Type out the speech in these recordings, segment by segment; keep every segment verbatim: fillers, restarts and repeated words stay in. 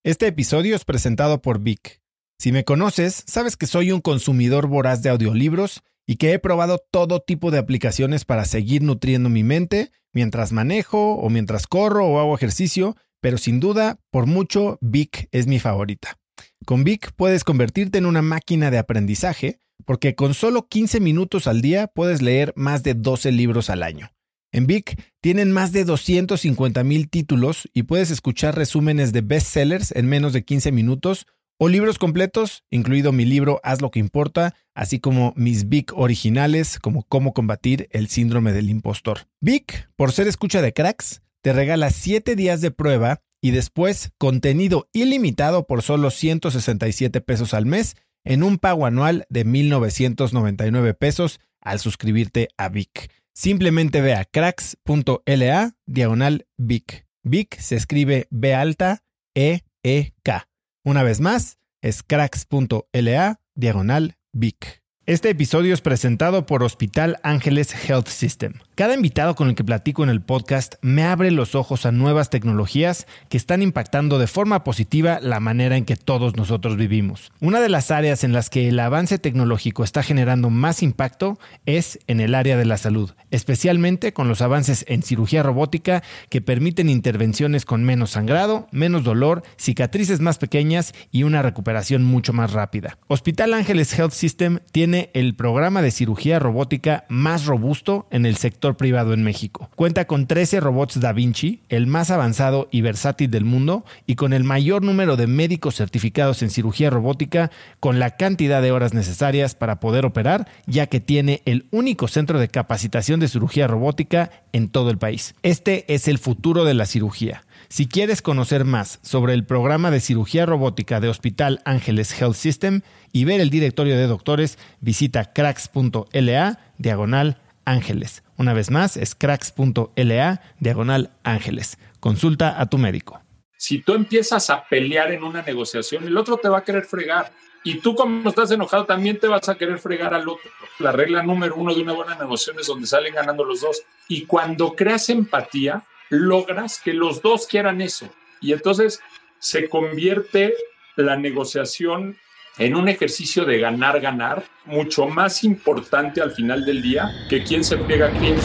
Este episodio es presentado por Vic. Si me conoces, sabes que soy un consumidor voraz de audiolibros y que he probado todo tipo de aplicaciones para seguir nutriendo mi mente mientras manejo o mientras corro o hago ejercicio, pero sin duda, por mucho, Vic es mi favorita. Con Vic puedes convertirte en una máquina de aprendizaje porque con solo quince minutos al día puedes leer más de doce libros al año. En Vic tienen más de doscientos cincuenta mil títulos y puedes escuchar resúmenes de bestsellers en menos de quince minutos o libros completos, incluido mi libro Haz lo que importa, así como mis Vic originales como Cómo combatir el síndrome del impostor. Vic, por ser escucha de Cracks, te regala siete días de prueba y después contenido ilimitado por solo ciento sesenta y siete pesos al mes en un pago anual de mil novecientos noventa y nueve pesos al suscribirte a Vic. Simplemente ve a cracks.la diagonal Vic. Vic se escribe B alta E E K. Una vez más, es cracks.la diagonal Vic. Este episodio es presentado por Hospital Ángeles Health System. Cada invitado con el que platico en el podcast me abre los ojos a nuevas tecnologías que están impactando de forma positiva la manera en que todos nosotros vivimos. Una de las áreas en las que el avance tecnológico está generando más impacto es en el área de la salud, especialmente con los avances en cirugía robótica que permiten intervenciones con menos sangrado, menos dolor, cicatrices más pequeñas y una recuperación mucho más rápida. Hospital Ángeles Health System tiene el programa de cirugía robótica más robusto en el sector privado en México. Cuenta con trece robots Da Vinci, el más avanzado y versátil del mundo, y con el mayor número de médicos certificados en cirugía robótica, con la cantidad de horas necesarias para poder operar, ya que tiene el único centro de capacitación de cirugía robótica en todo el país. Este es el futuro de la cirugía. Si quieres conocer más sobre el programa de cirugía robótica de Hospital Ángeles Health System y ver el directorio de doctores, visita cracks.la diagonal ángeles. Una vez más, es cracks.la diagonal ángeles. Consulta a tu médico. Si tú empiezas a pelear en una negociación, el otro te va a querer fregar. Y tú, como estás enojado, también te vas a querer fregar al otro. La regla número uno de una buena negociación es donde salen ganando los dos. Y cuando creas empatía, logras que los dos quieran eso. Y entonces se convierte la negociación en un ejercicio de ganar-ganar, mucho más importante al final del día que quién se pega a quién.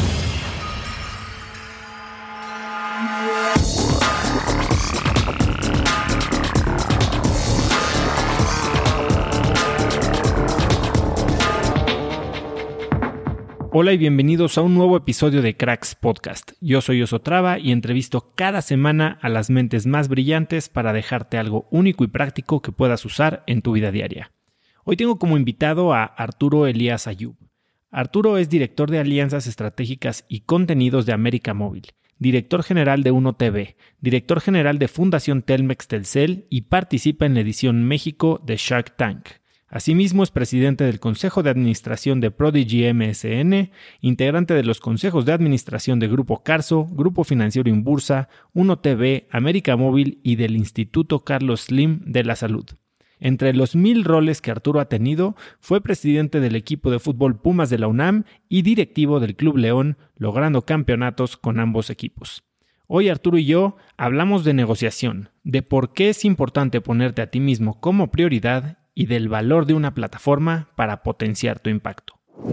Hola y bienvenidos a un nuevo episodio de Cracks Podcast. Yo soy Oso Traba y entrevisto cada semana a las mentes más brillantes para dejarte algo único y práctico que puedas usar en tu vida diaria. Hoy tengo como invitado a Arturo Elías Ayub. Arturo es director de Alianzas Estratégicas y Contenidos de América Móvil, director general de Uno T V, director general de Fundación Telmex Telcel y participa en la edición México de Shark Tank. Asimismo, es presidente del Consejo de Administración de Prodigy M S N, integrante de los consejos de administración de Grupo Carso, Grupo Financiero Inbursa, Uno T V, América Móvil y del Instituto Carlos Slim de la Salud. Entre los mil roles que Arturo ha tenido, fue presidente del equipo de fútbol Pumas de la UNAM y directivo del Club León, logrando campeonatos con ambos equipos. Hoy Arturo y yo hablamos de negociación, de por qué es importante ponerte a ti mismo como prioridad y del valor de una plataforma para potenciar tu impacto.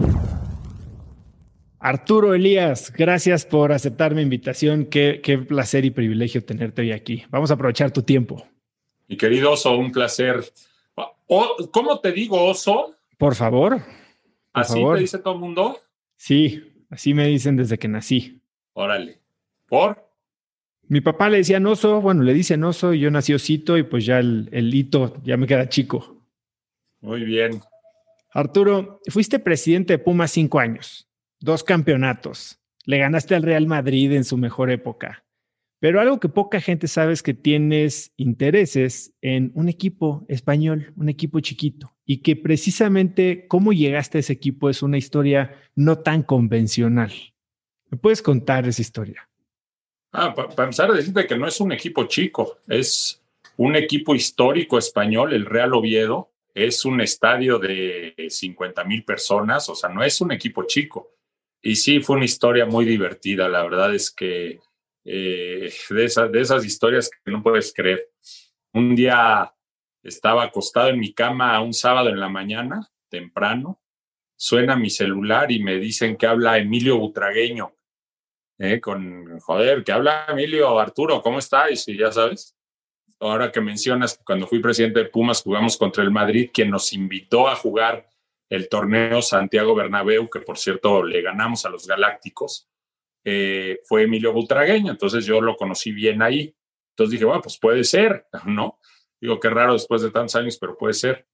Arturo Elías, gracias por aceptar mi invitación. Qué, qué placer y privilegio tenerte hoy aquí. Vamos a aprovechar tu tiempo. Mi querido Oso, un placer. O, ¿Cómo te digo, Oso? Por favor. Por ¿Así favor. te dice todo el mundo? Sí, así me dicen desde que nací. Órale. ¿Por? Mi papá le decía Oso, bueno, le dicen Oso y yo nací Osito y pues ya el, el hito ya me queda chico. Muy bien. Arturo, fuiste presidente de Pumas cinco años, dos campeonatos, le ganaste al Real Madrid en su mejor época, pero algo que poca gente sabe es que tienes intereses en un equipo español, un equipo chiquito, y que precisamente cómo llegaste a ese equipo es una historia no tan convencional. ¿Me puedes contar esa historia? Ah, para pa empezar a decirte que no es un equipo chico, es un equipo histórico español, el Real Oviedo. Es un estadio de cincuenta mil personas, o sea, no es un equipo chico. Y sí, fue una historia muy divertida. La verdad es que eh, de, esa, de esas historias que no puedes creer. un día estaba acostado en mi cama un sábado en la mañana, temprano, suena mi celular y me dicen que habla Emilio Butragueño. Eh, con, joder, que habla Emilio, Arturo, ¿cómo estás? Y ya sabes, ahora que mencionas, cuando fui presidente de Pumas jugamos contra el Madrid, quien nos invitó a jugar el torneo Santiago Bernabéu, que por cierto le ganamos a los Galácticos, eh, fue Emilio Butragueño, entonces yo lo conocí bien ahí. Entonces dije, bueno, pues puede ser, ¿no? Digo, qué raro después de tantos años, pero puede ser.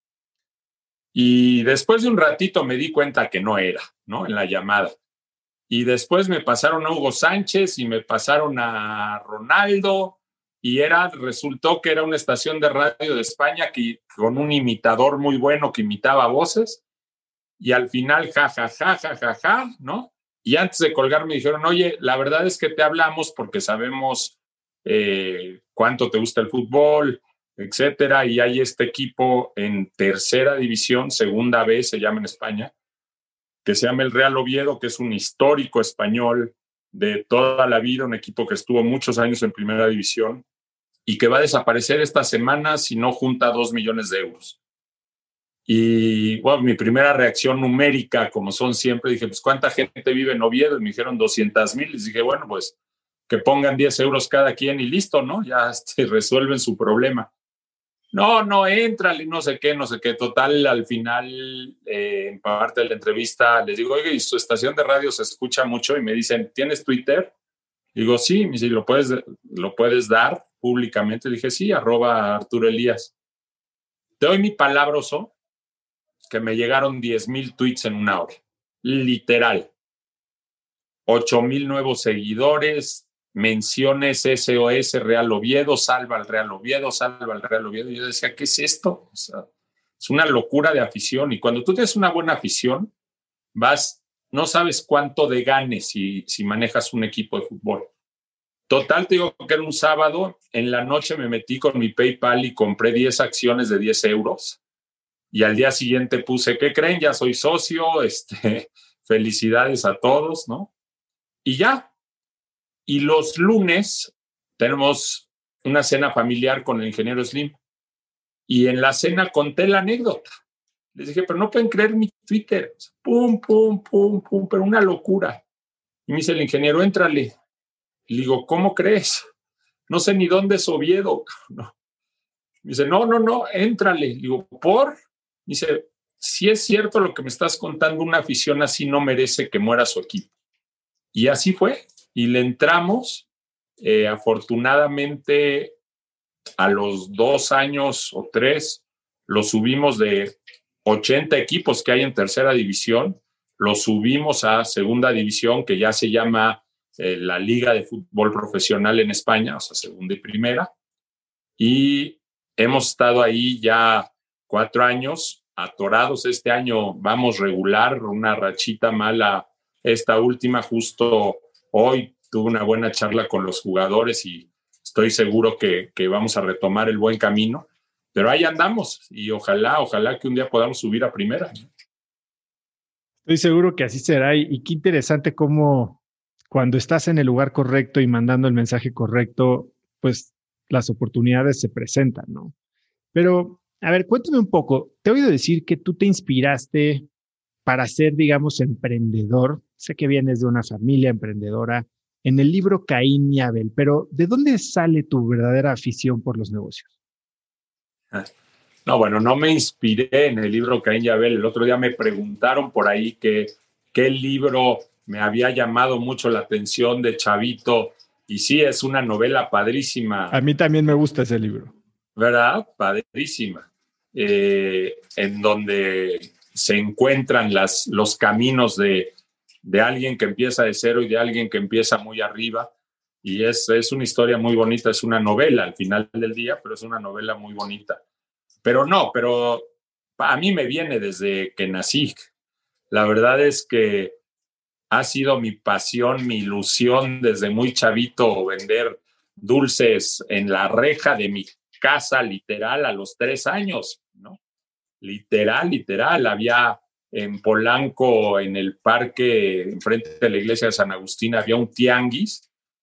Y después de un ratito me di cuenta que no era, ¿no? En la llamada. Y después me pasaron a Hugo Sánchez y me pasaron a Ronaldo y era, resultó que era una estación de radio de España que, con un imitador muy bueno que imitaba voces y al final ja, ja, ja, ja, ja, ja, ¿no? Y antes de colgar me dijeron, oye, la verdad es que te hablamos porque sabemos eh, cuánto te gusta el fútbol, etcétera, y hay este equipo en tercera división, segunda vez se llama en España, que se llama el Real Oviedo, que es un histórico español de toda la vida, un equipo que estuvo muchos años en primera división y que va a desaparecer esta semana si no junta dos millones de euros. Y bueno, mi primera reacción numérica, como son siempre, dije, pues ¿cuánta gente vive en Oviedo? Y me dijeron doscientas mil. Les dije, bueno, pues que pongan diez euros cada quien y listo, ¿no? Ya este, resuelven su problema. No, no, éntrale, no sé qué, no sé qué. Total, al final, eh, en parte de la entrevista, les digo, oye, ¿y su estación de radio se escucha mucho? Y me dicen, ¿tienes Twitter? Digo, sí, me dice, ¿lo puedes, lo puedes dar públicamente? Le dije, sí, arroba Arturo Elías. Te doy mi palabra, Oso, que me llegaron diez mil tweets en una hora. Literal. ocho mil nuevos seguidores, menciones S O S Real Oviedo, salva al Real Oviedo, salva al Real Oviedo. Y yo decía, ¿qué es esto? O sea, es una locura de afición. Y cuando tú tienes una buena afición, vas, no sabes cuánto de ganes si, si manejas un equipo de fútbol. Total, te digo que era un sábado, en la noche me metí con mi PayPal y compré diez acciones de diez euros. Y al día siguiente puse, ¿qué creen? Ya soy socio, este, felicidades a todos, ¿no? Y ya. Y los lunes tenemos una cena familiar con el ingeniero Slim. Y en la cena conté la anécdota. Les dije, pero no pueden creer mi Twitter. Pum, pum, pum, pum, pero una locura. Y me dice el ingeniero, éntrale. Y le digo, ¿cómo crees? No sé ni dónde es Oviedo. No. Me dice, no, no, no, éntrale. Le digo, ¿por? Me dice, si es cierto lo que me estás contando, una afición así no merece que muera su equipo. Y así fue. Y le entramos, eh, afortunadamente, a los dos años o tres, lo subimos de ochenta equipos que hay en tercera división, lo subimos a segunda división, que ya se llama eh, la Liga de Fútbol Profesional en España, o sea, segunda y primera. Y hemos estado ahí ya cuatro años, atorados. Este año vamos regular, una rachita mala. Esta última, justo hoy, tuve una buena charla con los jugadores y estoy seguro que, que vamos a retomar el buen camino. Pero ahí andamos y ojalá, ojalá que un día podamos subir a primera. Estoy seguro que así será y, y qué interesante cómo cuando estás en el lugar correcto y mandando el mensaje correcto, pues las oportunidades se presentan, ¿no? Pero, a ver, cuéntame un poco. Te he oído decir que tú te inspiraste para ser, digamos, emprendedor. Sé que vienes de una familia emprendedora en el libro Caín y Abel, pero ¿de dónde sale tu verdadera afición por los negocios? No, bueno, no me inspiré en el libro Caín y Abel. El otro día me preguntaron por ahí que qué libro me había llamado mucho la atención de chavito. Y sí, es una novela padrísima. A mí también me gusta ese libro. ¿Verdad? Padrísima. Eh, en donde se encuentran las, los caminos de, de alguien que empieza de cero y de alguien que empieza muy arriba. Y es, es una historia muy bonita, es una novela al final del día, pero es una novela muy bonita. Pero no, pero a mí me viene desde que nací. La verdad es que ha sido mi pasión, mi ilusión desde muy chavito vender dulces en la reja de mi casa, literal, a los tres años, ¿no? Literal, literal. Había en Polanco, en el parque, enfrente de la iglesia de San Agustín, había un tianguis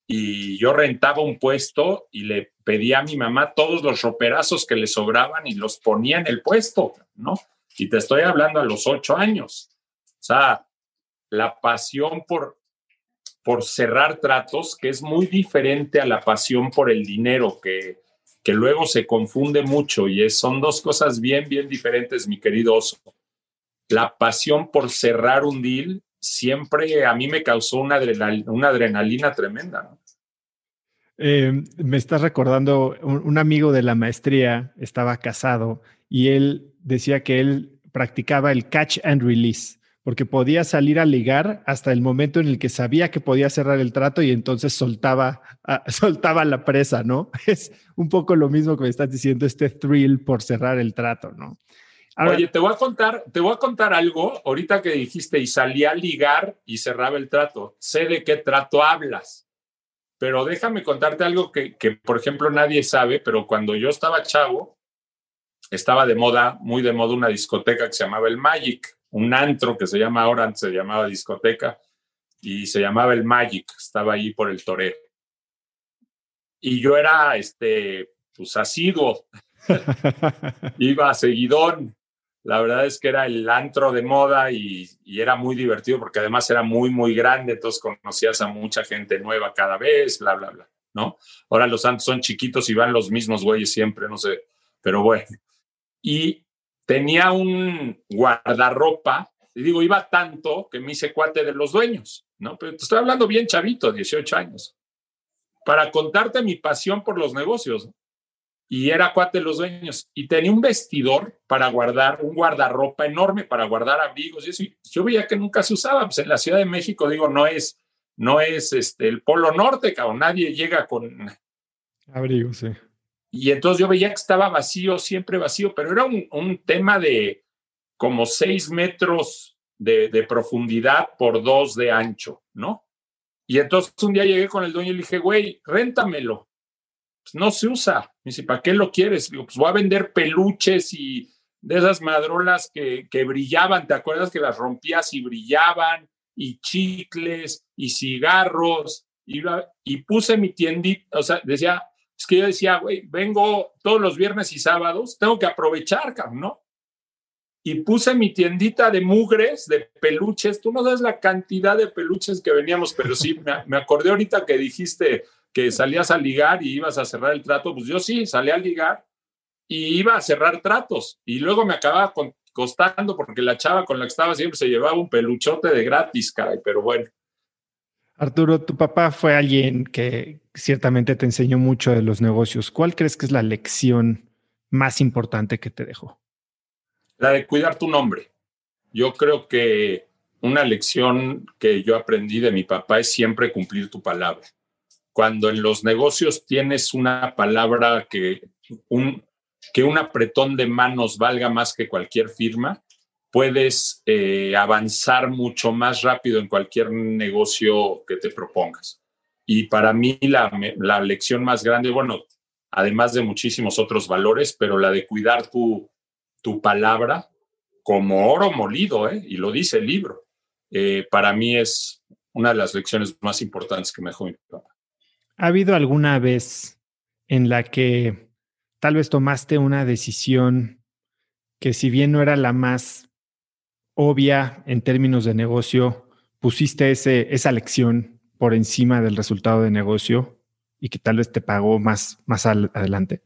y yo rentaba un puesto y le pedía a mi mamá todos los roperazos que le sobraban y los ponía en el puesto, ¿no? Y te estoy hablando a los ocho años. O sea, la pasión por, por cerrar tratos, que es muy diferente a la pasión por el dinero, que, que luego se confunde mucho y es, son dos cosas bien, bien diferentes, mi querido Oso. La pasión por cerrar un deal siempre a mí me causó una adrenalina, una adrenalina tremenda, ¿no? Eh, me estás recordando, un, un amigo de la maestría estaba casado y él decía que él practicaba el catch and release, porque podía salir a ligar hasta el momento en el que sabía que podía cerrar el trato y entonces soltaba, uh, soltaba la presa, ¿no? Es un poco lo mismo que me estás diciendo, este thrill por cerrar el trato, ¿no? Ahora, oye, te voy a contar, te voy a contar algo ahorita que dijiste y salía a ligar y cerraba el trato. Sé de qué trato hablas, pero déjame contarte algo que, que, por ejemplo, nadie sabe, pero cuando yo estaba chavo, estaba de moda, muy de moda, una discoteca que se llamaba el Magic, un antro que se llama ahora, antes se llamaba discoteca, y se llamaba el Magic, estaba ahí por el Toreo. Y yo era, este, pues, asiduo, iba seguidón. La verdad es que era el antro de moda y, y era muy divertido porque además era muy, muy grande, entonces conocías a mucha gente nueva cada vez, bla, bla, bla, ¿no? Ahora los antros son chiquitos y van los mismos güeyes siempre, no sé, pero bueno. Y tenía un guardarropa, y digo, iba tanto que me hice cuate de los dueños, ¿no? Pero te estoy hablando bien chavito, dieciocho años, para contarte mi pasión por los negocios. Y era cuate de los dueños. Y tenía un vestidor para guardar, un guardarropa enorme para guardar abrigos. Y eso, yo veía que nunca se usaba. Pues en la Ciudad de México, digo, no es, no es este, el Polo Norte, cabrón. Nadie llega con abrigos, sí. Y entonces yo veía que estaba vacío, siempre vacío, pero era un, un tema de como seis metros de, de profundidad por dos de ancho, ¿no? Y entonces un día llegué con el dueño y le dije, güey, réntamelo. Pues no se usa. Me dice, ¿para qué lo quieres? Digo, pues voy a vender peluches y de esas madrolas que, que brillaban. ¿Te acuerdas que las rompías y brillaban? Y chicles y cigarros. Y, y puse mi tiendita, o sea, decía, es que yo decía, güey, vengo todos los viernes y sábados, tengo que aprovechar, ¿no? Y puse mi tiendita de mugres, de peluches. Tú no sabes la cantidad de peluches que veníamos, pero sí, me, me acordé ahorita que dijiste que salías a ligar y ibas a cerrar el trato. Pues yo sí, salí a ligar y iba a cerrar tratos. Y luego me acababa con, costando porque la chava con la que estaba siempre se llevaba un peluchote de gratis, caray, pero bueno. Arturo, tu papá fue alguien que ciertamente te enseñó mucho de los negocios. ¿Cuál crees que es la lección más importante que te dejó? La de cuidar tu nombre. Yo creo que una lección que yo aprendí de mi papá es siempre cumplir tu palabra. Cuando en los negocios tienes una palabra que un, que un apretón de manos valga más que cualquier firma, puedes eh, avanzar mucho más rápido en cualquier negocio que te propongas. Y para mí la, la lección más grande, bueno, además de muchísimos otros valores, pero la de cuidar tu, tu palabra como oro molido, ¿eh? Y lo dice el libro, eh, para mí es una de las lecciones más importantes que me dejó mi papá. ¿Ha habido alguna vez en la que tal vez tomaste una decisión que, si bien no era la más obvia en términos de negocio, pusiste ese, esa lección por encima del resultado de negocio y que tal vez te pagó más, más al, adelante?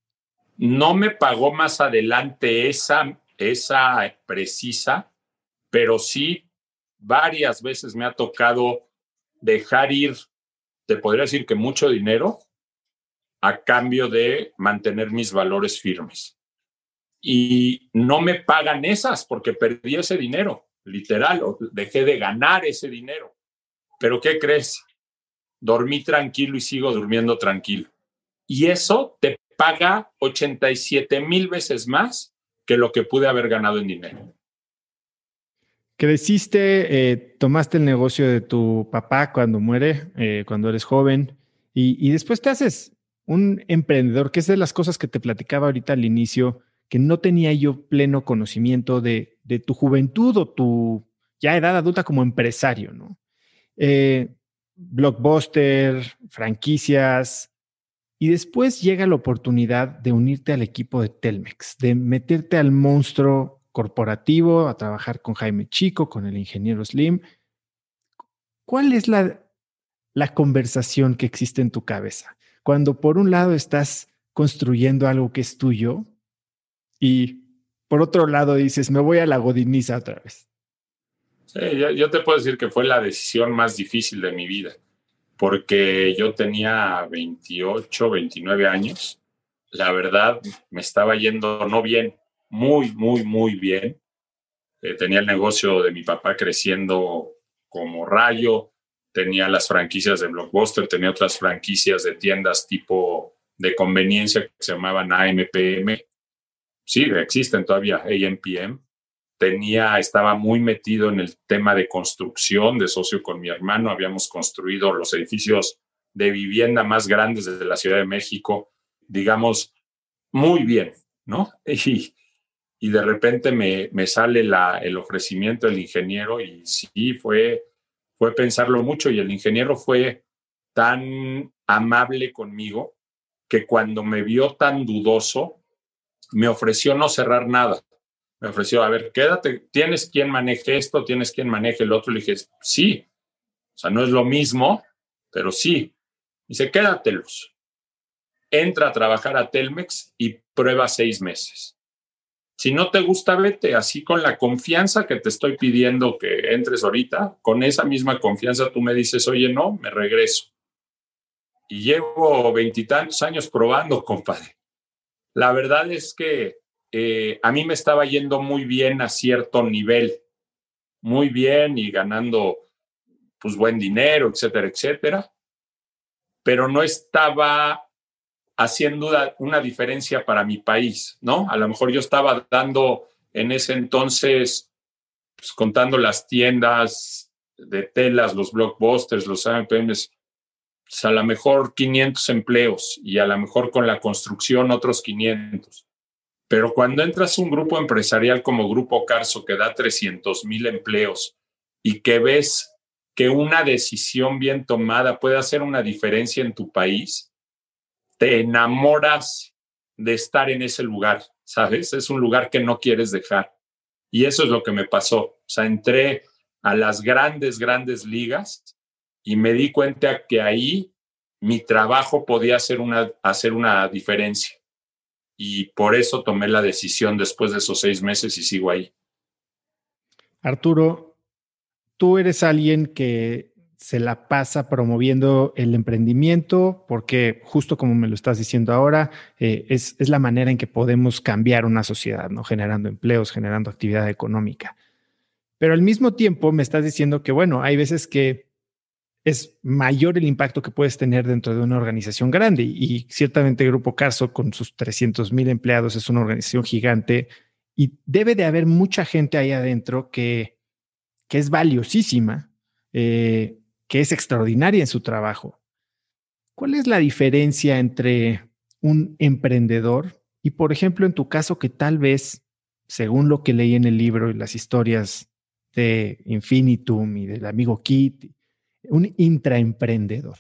No me pagó más adelante esa, esa precisa, pero sí varias veces me ha tocado dejar ir, te podría decir que mucho dinero, a cambio de mantener mis valores firmes. Y no me pagan esas porque perdí ese dinero, literal, dejé de ganar ese dinero. Pero ¿qué crees? Dormí tranquilo y sigo durmiendo tranquilo. Y eso te paga ochenta y siete mil veces más que lo que pude haber ganado en dinero. Creciste, eh, tomaste el negocio de tu papá cuando muere, eh, cuando eres joven, y, y después te haces un emprendedor, que es de las cosas que te platicaba ahorita al inicio, que no tenía yo pleno conocimiento de, de tu juventud o tu ya edad adulta como empresario, ¿no? Eh, Blockbuster, franquicias, y después llega la oportunidad de unirte al equipo de Telmex, de meterte al monstruo corporativo, a trabajar con Jaime Chico, con el ingeniero Slim. ¿Cuál es la, la conversación que existe en tu cabeza? Cuando por un lado estás construyendo algo que es tuyo y por otro lado dices, me voy a la godiniza otra vez. Sí, yo, yo te puedo decir que fue la decisión más difícil de mi vida, porque yo tenía veintiocho, veintinueve años. La verdad, me estaba yendo no bien, muy, muy, muy bien. Eh, tenía el negocio de mi papá creciendo como rayo, tenía las franquicias de Blockbuster, tenía otras franquicias de tiendas tipo de conveniencia que se llamaban A M P M. Sí, existen todavía, A M P M. Tenía, estaba muy metido en el tema de construcción, de socio con mi hermano. Habíamos construido los edificios de vivienda más grandes de la Ciudad de México, digamos, muy bien, ¿no? Y, y de repente me, me sale la, el ofrecimiento del ingeniero y sí, fue, fue pensarlo mucho, y el ingeniero fue tan amable conmigo que cuando me vio tan dudoso, me ofreció no cerrar nada. Me ofreció, a ver, quédate, ¿tienes quien maneje esto? ¿Tienes quien maneje el otro? Le dije, sí. O sea, no es lo mismo, pero sí. Dice, quédatelos. Entra a trabajar a Telmex y prueba seis meses. Si no te gusta, vete. Así, con la confianza que te estoy pidiendo que entres ahorita, con esa misma confianza tú me dices, oye, no, me regreso. Y llevo veintitantos años probando, compadre. La verdad es que Eh, a mí me estaba yendo muy bien a cierto nivel, muy bien y ganando pues buen dinero, etcétera, etcétera, pero no estaba haciendo una, una diferencia para mi país, ¿no? A lo mejor yo estaba dando en ese entonces, pues, contando las tiendas de telas, los Blockbusters, los A M P Ms, pues, a lo mejor quinientos empleos, y a lo mejor con la construcción otros quinientos. Pero cuando entras a un grupo empresarial como Grupo Carso, que da trescientos mil empleos, y que ves que una decisión bien tomada puede hacer una diferencia en tu país, te enamoras de estar en ese lugar, ¿sabes? Es un lugar que no quieres dejar. Y eso es lo que me pasó. O sea, entré a las grandes, grandes ligas y me di cuenta que ahí mi trabajo podía hacer una, hacer una diferencia. Y por eso tomé la decisión después de esos seis meses y sigo ahí. Arturo, tú eres alguien que se la pasa promoviendo el emprendimiento porque, justo como me lo estás diciendo ahora, eh, es, es la manera en que podemos cambiar una sociedad, ¿no? Generando empleos, generando actividad económica. Pero al mismo tiempo me estás diciendo que, bueno, hay veces que es mayor el impacto que puedes tener dentro de una organización grande, y ciertamente Grupo Carso con sus trescientos mil empleados es una organización gigante y debe de haber mucha gente ahí adentro que, que es valiosísima, eh, que es extraordinaria en su trabajo. ¿Cuál es la diferencia entre un emprendedor y, por ejemplo, en tu caso, que tal vez, según lo que leí en el libro y las historias de Infinitum y del amigo Kit, un intraemprendedor?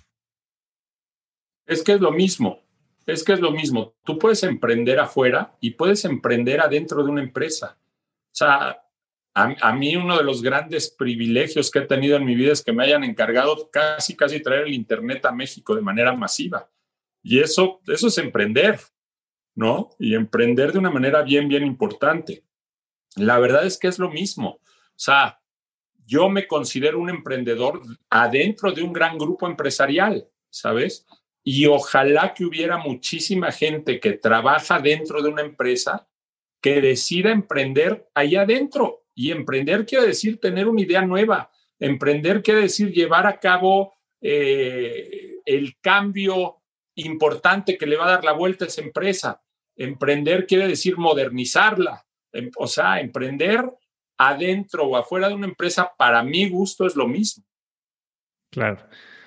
Es que es lo mismo, es que es lo mismo. Tú puedes emprender afuera y puedes emprender adentro de una empresa. O sea, a, a mí uno de los grandes privilegios que he tenido en mi vida es que me hayan encargado casi, casi traer el Internet a México de manera masiva. Y eso, eso es emprender, ¿no? Y emprender de una manera bien, bien importante. La verdad es que es lo mismo. O sea, yo me considero un emprendedor adentro de un gran grupo empresarial, ¿sabes? Y ojalá que hubiera muchísima gente que trabaja dentro de una empresa que decida emprender allá adentro. Y emprender quiere decir tener una idea nueva. Emprender quiere decir llevar a cabo eh, el cambio importante que le va a dar la vuelta a esa empresa. Emprender quiere decir modernizarla. O sea, emprender adentro o afuera de una empresa, para mi gusto, es lo mismo. Claro.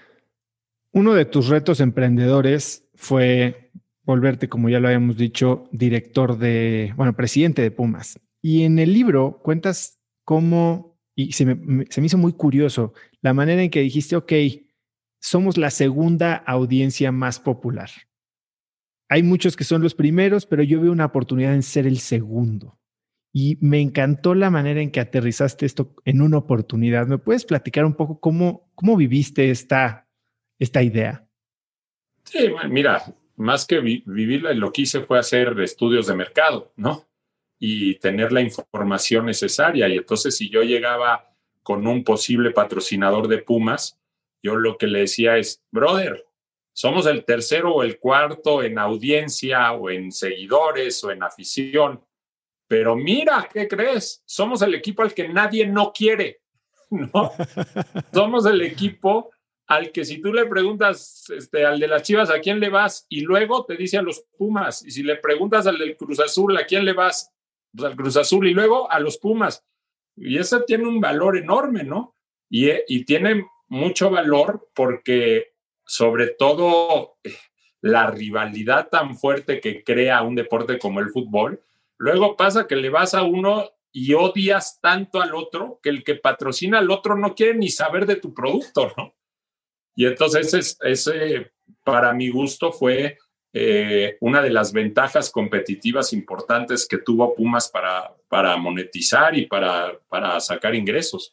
Uno de tus retos emprendedores fue volverte, como ya lo habíamos dicho, director de, bueno, presidente de Pumas. Y en el libro cuentas cómo, y se me, se me hizo muy curioso, la manera en que dijiste, ok, somos la segunda audiencia más popular. Hay muchos que son los primeros, pero yo veo una oportunidad en ser el segundo. Y me encantó la manera en que aterrizaste esto en una oportunidad. ¿Me puedes platicar un poco cómo, cómo viviste esta, esta idea? Sí, bueno, mira, más que vi- vivirla, lo que hice fue hacer estudios de mercado, ¿no? Y tener la información necesaria. Y entonces, si yo llegaba con un posible patrocinador de Pumas, yo lo que le decía es, brother, somos el tercero o el cuarto en audiencia o en seguidores o en afición, pero mira, ¿qué crees? Somos el equipo al que nadie no quiere, ¿no? Somos el equipo al que si tú le preguntas este, al de las Chivas a quién le vas y luego te dice a los Pumas, y si le preguntas al del Cruz Azul a quién le vas, pues al Cruz Azul y luego a los Pumas. Y eso tiene un valor enorme, ¿no? Y, y tiene mucho valor porque sobre todo la rivalidad tan fuerte que crea un deporte como el fútbol, luego pasa que le vas a uno y odias tanto al otro que el que patrocina al otro no quiere ni saber de tu producto, ¿no? Y entonces ese, ese para mi gusto, fue eh, una de las ventajas competitivas importantes que tuvo Pumas para, para monetizar y para, para sacar ingresos.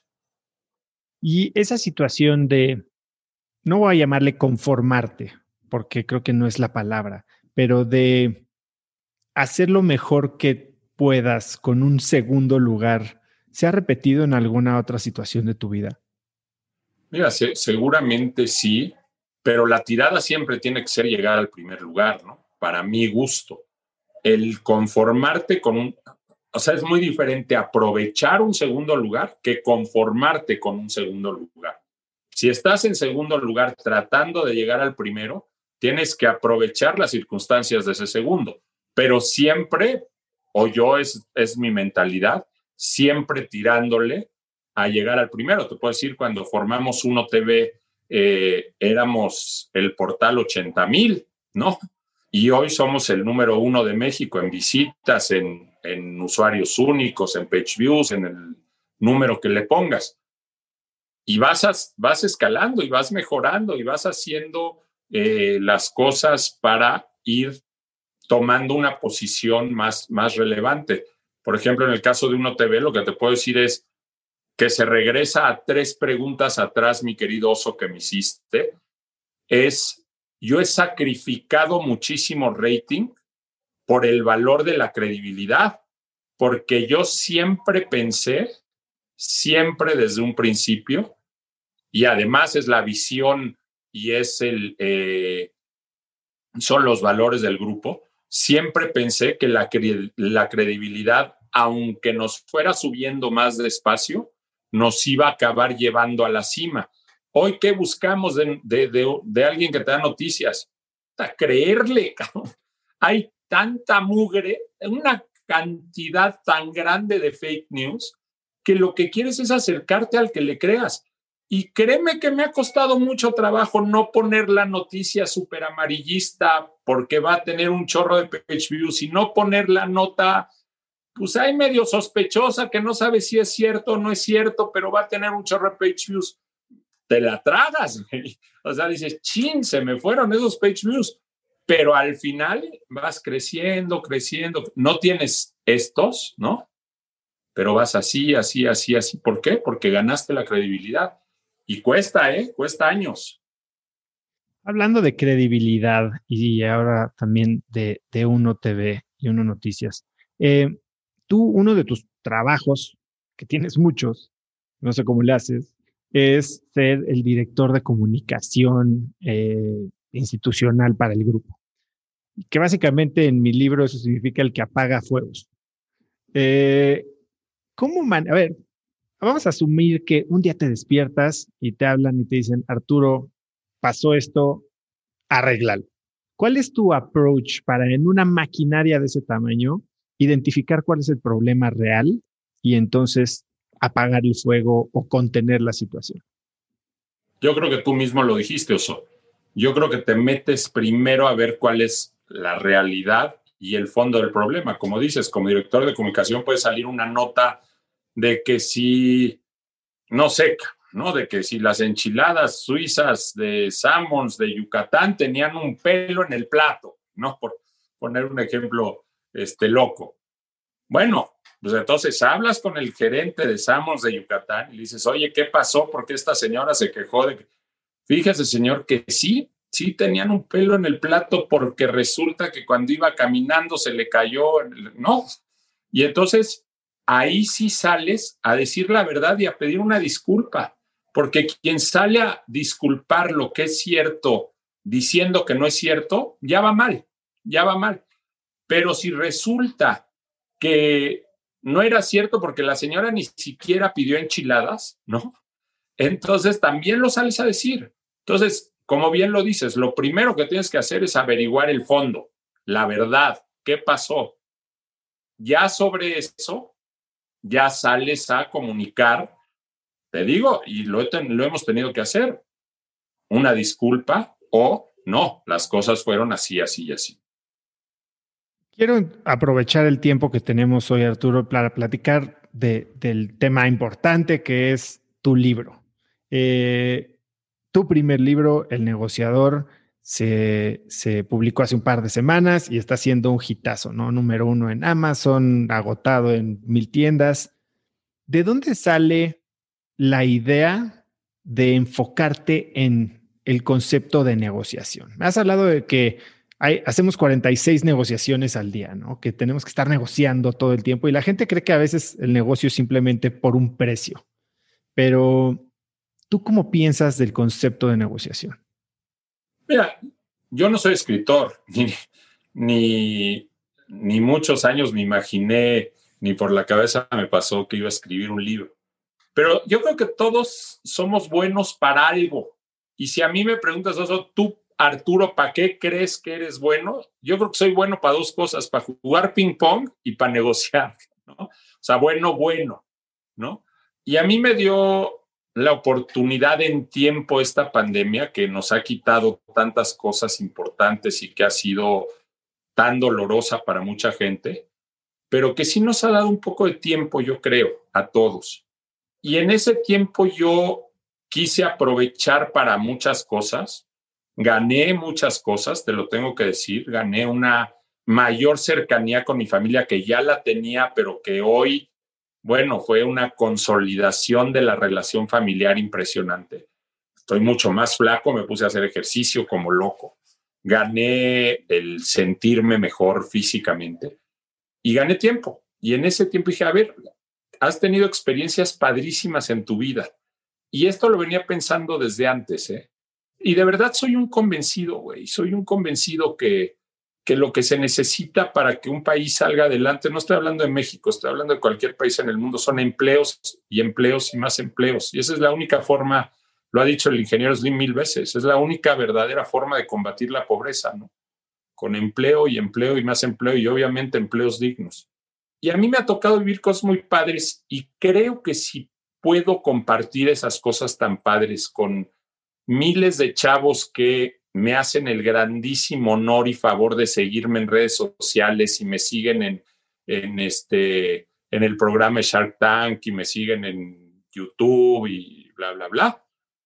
Y esa situación de, no voy a llamarle conformarte, porque creo que no es la palabra, pero de hacer lo mejor que puedas con un segundo lugar, ¿se ha repetido en alguna otra situación de tu vida? Mira, se, seguramente sí, pero la tirada siempre tiene que ser llegar al primer lugar, ¿no? Para mi gusto. El conformarte con un... O sea, es muy diferente aprovechar un segundo lugar que conformarte con un segundo lugar. Si estás en segundo lugar tratando de llegar al primero, tienes que aprovechar las circunstancias de ese segundo, pero siempre, o yo es, es mi mentalidad, siempre tirándole a llegar al primero. Te puedo decir, cuando formamos Uno T V, eh, éramos el portal ochenta mil, ¿no? Y hoy somos el número uno de México en visitas, en, en usuarios únicos, en page views, en el número que le pongas. Y vas, a, vas escalando y vas mejorando y vas haciendo eh, las cosas para ir tomando una posición más, más relevante. Por ejemplo, en el caso de Uno T V, lo que te puedo decir es que se regresa a tres preguntas atrás, mi querido oso, que me hiciste, es, yo he sacrificado muchísimo rating por el valor de la credibilidad, porque yo siempre pensé, siempre desde un principio, y además es la visión y es el, eh, son los valores del grupo, siempre pensé que la, la credibilidad, aunque nos fuera subiendo más despacio, nos iba a acabar llevando a la cima. Hoy, ¿qué buscamos de, de, de, de alguien que te da noticias? A creerle, cabrón. Hay tanta mugre, una cantidad tan grande de fake news, que lo que quieres es acercarte al que le creas. Y créeme que me ha costado mucho trabajo no poner la noticia súper amarillista porque va a tener un chorro de page views y no poner la nota, pues hay medio sospechosa que no sabe si es cierto o no es cierto, pero va a tener un chorro de page views. Te la tragas, güey. O sea, dices, chin, se me fueron esos page views. Pero al final vas creciendo, creciendo. No tienes estos, ¿no? Pero vas así, así, así, así. ¿Por qué? Porque ganaste la credibilidad. Y cuesta, ¿eh? Cuesta años. Hablando de credibilidad y ahora también de, de Uno T V y Uno Noticias, eh, tú, uno de tus trabajos, que tienes muchos, no sé cómo le haces, es ser el director de comunicación eh, institucional para el grupo. Que básicamente en mi libro eso significa el que apaga fuegos. Eh, ¿Cómo man? A ver, vamos a asumir que un día te despiertas y te hablan y te dicen, Arturo, pasó esto, arréglalo. ¿Cuál es tu approach para en una maquinaria de ese tamaño identificar cuál es el problema real y entonces apagar el fuego o contener la situación? Yo creo que tú mismo lo dijiste, Oso. Yo creo que te metes primero a ver cuál es la realidad y el fondo del problema. Como dices, como director de comunicación puede salir una nota de que si, no sé, ¿no? De que si las enchiladas suizas de Sammons de Yucatán tenían un pelo en el plato, ¿no? Por poner un ejemplo este, loco. Bueno, pues entonces hablas con el gerente de Sammons de Yucatán y le dices, oye, ¿qué pasó? ¿Por qué esta señora se quejó de que... Fíjese, señor, que sí, sí tenían un pelo en el plato porque resulta que cuando iba caminando se le cayó, ¿no? Y entonces ahí sí sales a decir la verdad y a pedir una disculpa, porque quien sale a disculpar lo que es cierto diciendo que no es cierto, ya va mal, ya va mal. Pero si resulta que no era cierto porque la señora ni siquiera pidió enchiladas, ¿no? Entonces también lo sales a decir. Entonces, como bien lo dices, lo primero que tienes que hacer es averiguar el fondo, la verdad, qué pasó. Ya sobre eso, ya sales a comunicar, te digo, y lo, he ten, lo hemos tenido que hacer, una disculpa o no, las cosas fueron así, así y así. Quiero aprovechar el tiempo que tenemos hoy, Arturo, para platicar de, del tema importante que es tu libro. Eh, tu primer libro, El Negociador, se, se publicó hace un par de semanas y está siendo un hitazo, ¿no? Número uno en Amazon, agotado en mil tiendas. ¿De dónde sale la idea de enfocarte en el concepto de negociación? Me has hablado de que hay, hacemos cuarenta y seis negociaciones al día, ¿no? Que tenemos que estar negociando todo el tiempo y la gente cree que a veces el negocio es simplemente por un precio. Pero, ¿tú cómo piensas del concepto de negociación? Mira, yo no soy escritor, ni, ni, ni muchos años me imaginé, ni por la cabeza me pasó que iba a escribir un libro. Pero yo creo que todos somos buenos para algo. Y si a mí me preguntas eso, tú, Arturo, ¿para qué crees que eres bueno? Yo creo que soy bueno para dos cosas, para jugar ping pong y para negociar, ¿no? O sea, bueno, bueno, ¿no? Y a mí me dio la oportunidad en tiempo esta pandemia que nos ha quitado tantas cosas importantes y que ha sido tan dolorosa para mucha gente, pero que sí nos ha dado un poco de tiempo, yo creo, a todos. Y en ese tiempo yo quise aprovechar para muchas cosas, gané muchas cosas, te lo tengo que decir, gané una mayor cercanía con mi familia que ya la tenía, pero que hoy, bueno, fue una consolidación de la relación familiar impresionante. Estoy mucho más flaco, me puse a hacer ejercicio como loco. Gané el sentirme mejor físicamente y gané tiempo. Y en ese tiempo dije, a ver, has tenido experiencias padrísimas en tu vida. Y esto lo venía pensando desde antes, ¿eh? Y de verdad soy un convencido, güey. Soy un convencido que, que lo que se necesita para que un país salga adelante, no estoy hablando de México, estoy hablando de cualquier país en el mundo, son empleos y empleos y más empleos. Y esa es la única forma, lo ha dicho el ingeniero Slim mil veces, es la única verdadera forma de combatir la pobreza, ¿no? Con empleo y empleo y más empleo y obviamente empleos dignos. Y a mí me ha tocado vivir cosas muy padres y creo que si puedo compartir esas cosas tan padres con miles de chavos que me hacen el grandísimo honor y favor de seguirme en redes sociales y me siguen en, en, este, en el programa Shark Tank y me siguen en YouTube y bla, bla, bla.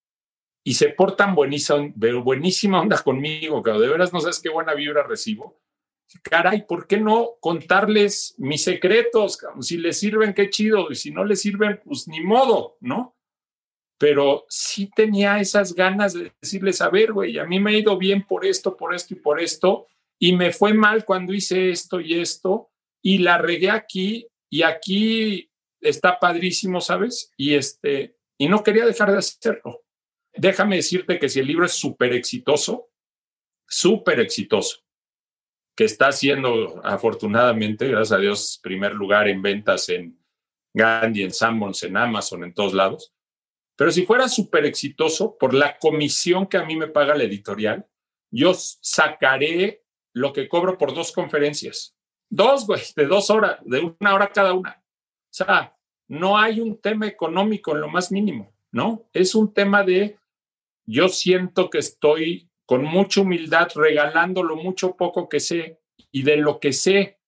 Y se portan buenísima, buenísima onda conmigo, que de veras no sabes qué buena vibra recibo. Caray, ¿por qué no contarles mis secretos? Si les sirven, qué chido. Y si no les sirven, pues ni modo, ¿no? Pero sí tenía esas ganas de decirles, a ver, güey, a mí me ha ido bien por esto, por esto y por esto, y me fue mal cuando hice esto y esto, y la regué aquí, y aquí está padrísimo, ¿sabes? Y, este, y no quería dejar de hacerlo. Déjame decirte que si el libro es súper exitoso, súper exitoso, que está siendo afortunadamente, gracias a Dios, primer lugar en ventas en Gandhi, en Sanborns, en Amazon, en todos lados. Pero si fuera súper exitoso, por la comisión que a mí me paga la editorial, yo sacaré lo que cobro por dos conferencias. Dos, güey, de dos horas, de una hora cada una. O sea, no hay un tema económico en lo más mínimo, ¿no? Es un tema de, yo siento que estoy con mucha humildad regalando lo mucho poco que sé y de lo que sé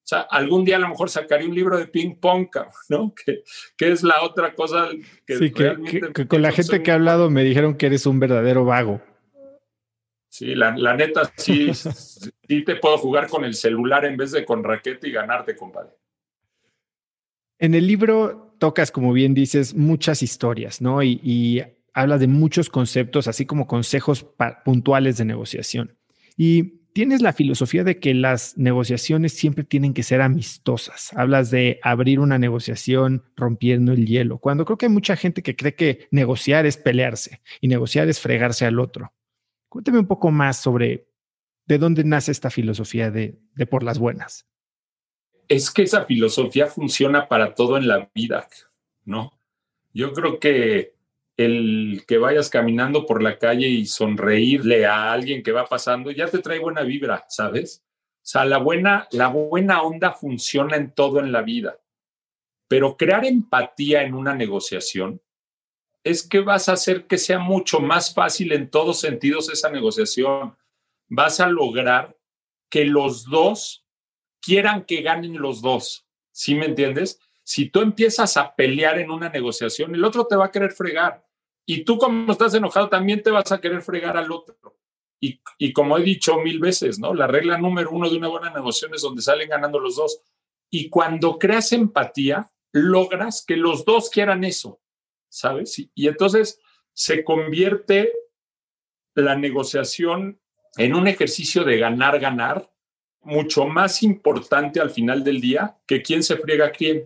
O sea, algún día a lo mejor sacaré un libro de ping pong, ¿no? Que, que es la otra cosa que sí, que, realmente... que, que con la gente que he hablado me dijeron que eres un verdadero vago. Sí, la, la neta, sí, sí te puedo jugar con el celular en vez de con raqueta y ganarte, compadre. En el libro tocas, como bien dices, muchas historias, ¿no? Y, y hablas de muchos conceptos, así como consejos puntuales de negociación. Y tienes la filosofía de que las negociaciones siempre tienen que ser amistosas. Hablas de abrir una negociación rompiendo el hielo, cuando creo que hay mucha gente que cree que negociar es pelearse y negociar es fregarse al otro. Cuéntame un poco más sobre de dónde nace esta filosofía de, de por las buenas. Es que esa filosofía funciona para todo en la vida, ¿no? Yo creo que el que vayas caminando por la calle y sonreírle a alguien que va pasando ya te trae buena vibra, ¿sabes? O sea, la buena, la buena onda funciona en todo en la vida. Pero crear empatía en una negociación es que vas a hacer que sea mucho más fácil en todos sentidos esa negociación. Vas a lograr que los dos quieran que ganen los dos. ¿Sí me entiendes? Si tú empiezas a pelear en una negociación, el otro te va a querer fregar. Y tú, como estás enojado, también te vas a querer fregar al otro. Y, y como he dicho mil veces, ¿no? La regla número uno de una buena negociación es donde salen ganando los dos. Y cuando creas empatía, logras que los dos quieran eso, ¿sabes? Y, y entonces se convierte la negociación en un ejercicio de ganar, ganar, mucho más importante al final del día que quién se friega a quién.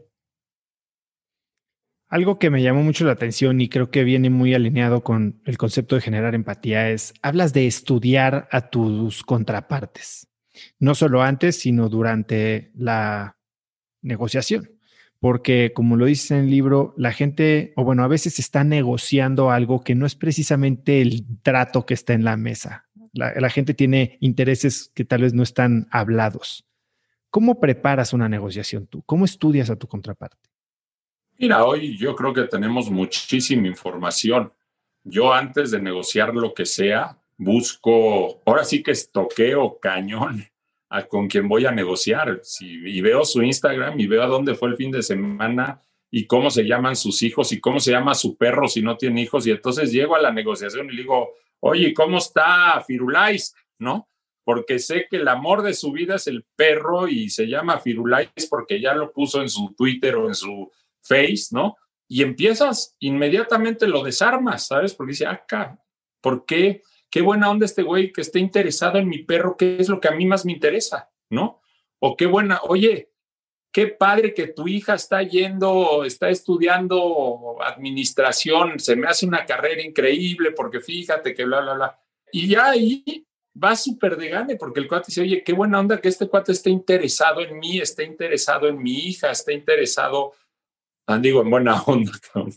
Algo que me llamó mucho la atención y creo que viene muy alineado con el concepto de generar empatía es, hablas de estudiar a tus contrapartes, no solo antes, sino durante la negociación. Porque como lo dices en el libro, la gente, o bueno, a veces está negociando algo que no es precisamente el trato que está en la mesa. La, la gente tiene intereses que tal vez no están hablados. ¿Cómo preparas una negociación tú? ¿Cómo estudias a tu contraparte? Mira, hoy yo creo que tenemos muchísima información. Yo antes de negociar lo que sea, busco, ahora sí que estoqueo cañón a con quien voy a negociar. Si, y veo su Instagram y veo a dónde fue el fin de semana y cómo se llaman sus hijos y cómo se llama su perro si no tiene hijos. Y entonces llego a la negociación y le digo, oye, ¿cómo está Firulais? ¿No? Porque sé que el amor de su vida es el perro y se llama Firulais porque ya lo puso en su Twitter o en su Face, ¿no? Y empiezas, inmediatamente lo desarmas, ¿sabes? Porque dice, acá, ¿por qué? Qué buena onda este güey que esté interesado en mi perro, ¿qué es lo que a mí más me interesa? ¿No? O qué buena, oye, qué padre que tu hija está yendo, está estudiando administración, se me hace una carrera increíble porque fíjate que bla, bla, bla. Y ya ahí va súper de gane porque el cuate dice, oye, qué buena onda que este cuate esté interesado en mí, esté interesado en mi hija, esté interesado... Ah, digo, en buena onda, ¿no?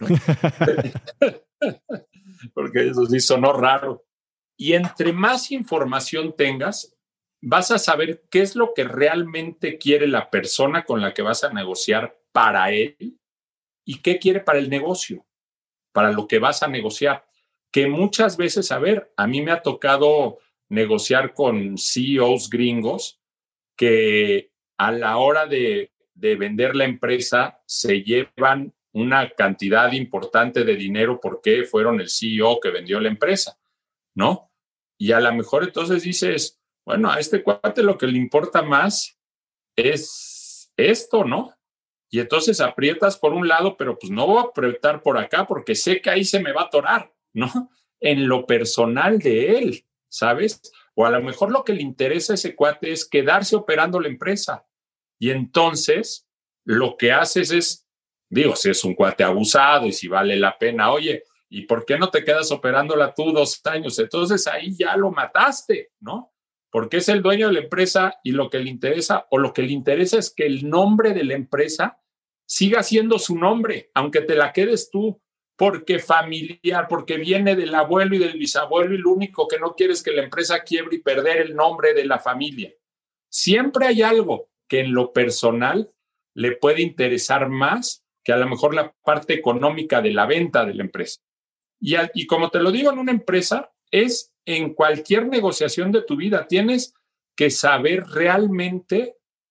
Porque eso sí sonó raro. Y entre más información tengas, vas a saber qué es lo que realmente quiere la persona con la que vas a negociar para él y qué quiere para el negocio, para lo que vas a negociar. Que muchas veces, a ver, a mí me ha tocado negociar con C E Os gringos que a la hora de de vender la empresa se llevan una cantidad importante de dinero porque fueron el C E O que vendió la empresa, ¿no? Y a lo mejor entonces dices, bueno, a este cuate lo que le importa más es esto, ¿no? Y entonces aprietas por un lado, pero pues no voy a apretar por acá porque sé que ahí se me va a atorar, ¿no? En lo personal de él, ¿sabes? O a lo mejor lo que le interesa a ese cuate es quedarse operando la empresa. Y entonces lo que haces es, digo, si es un cuate abusado y si vale la pena, oye, ¿y por qué no te quedas operándola tú dos años? Entonces ahí ya lo mataste, ¿no? Porque es el dueño de la empresa y lo que le interesa, o lo que le interesa es que el nombre de la empresa siga siendo su nombre, aunque te la quedes tú, porque familiar, porque viene del abuelo y del bisabuelo y lo único que no quiere es que la empresa quiebre y perder el nombre de la familia. Siempre hay algo que en lo personal le puede interesar más que a lo mejor la parte económica de la venta de la empresa. Y, a, y como te lo digo en una empresa, es en cualquier negociación de tu vida, tienes que saber realmente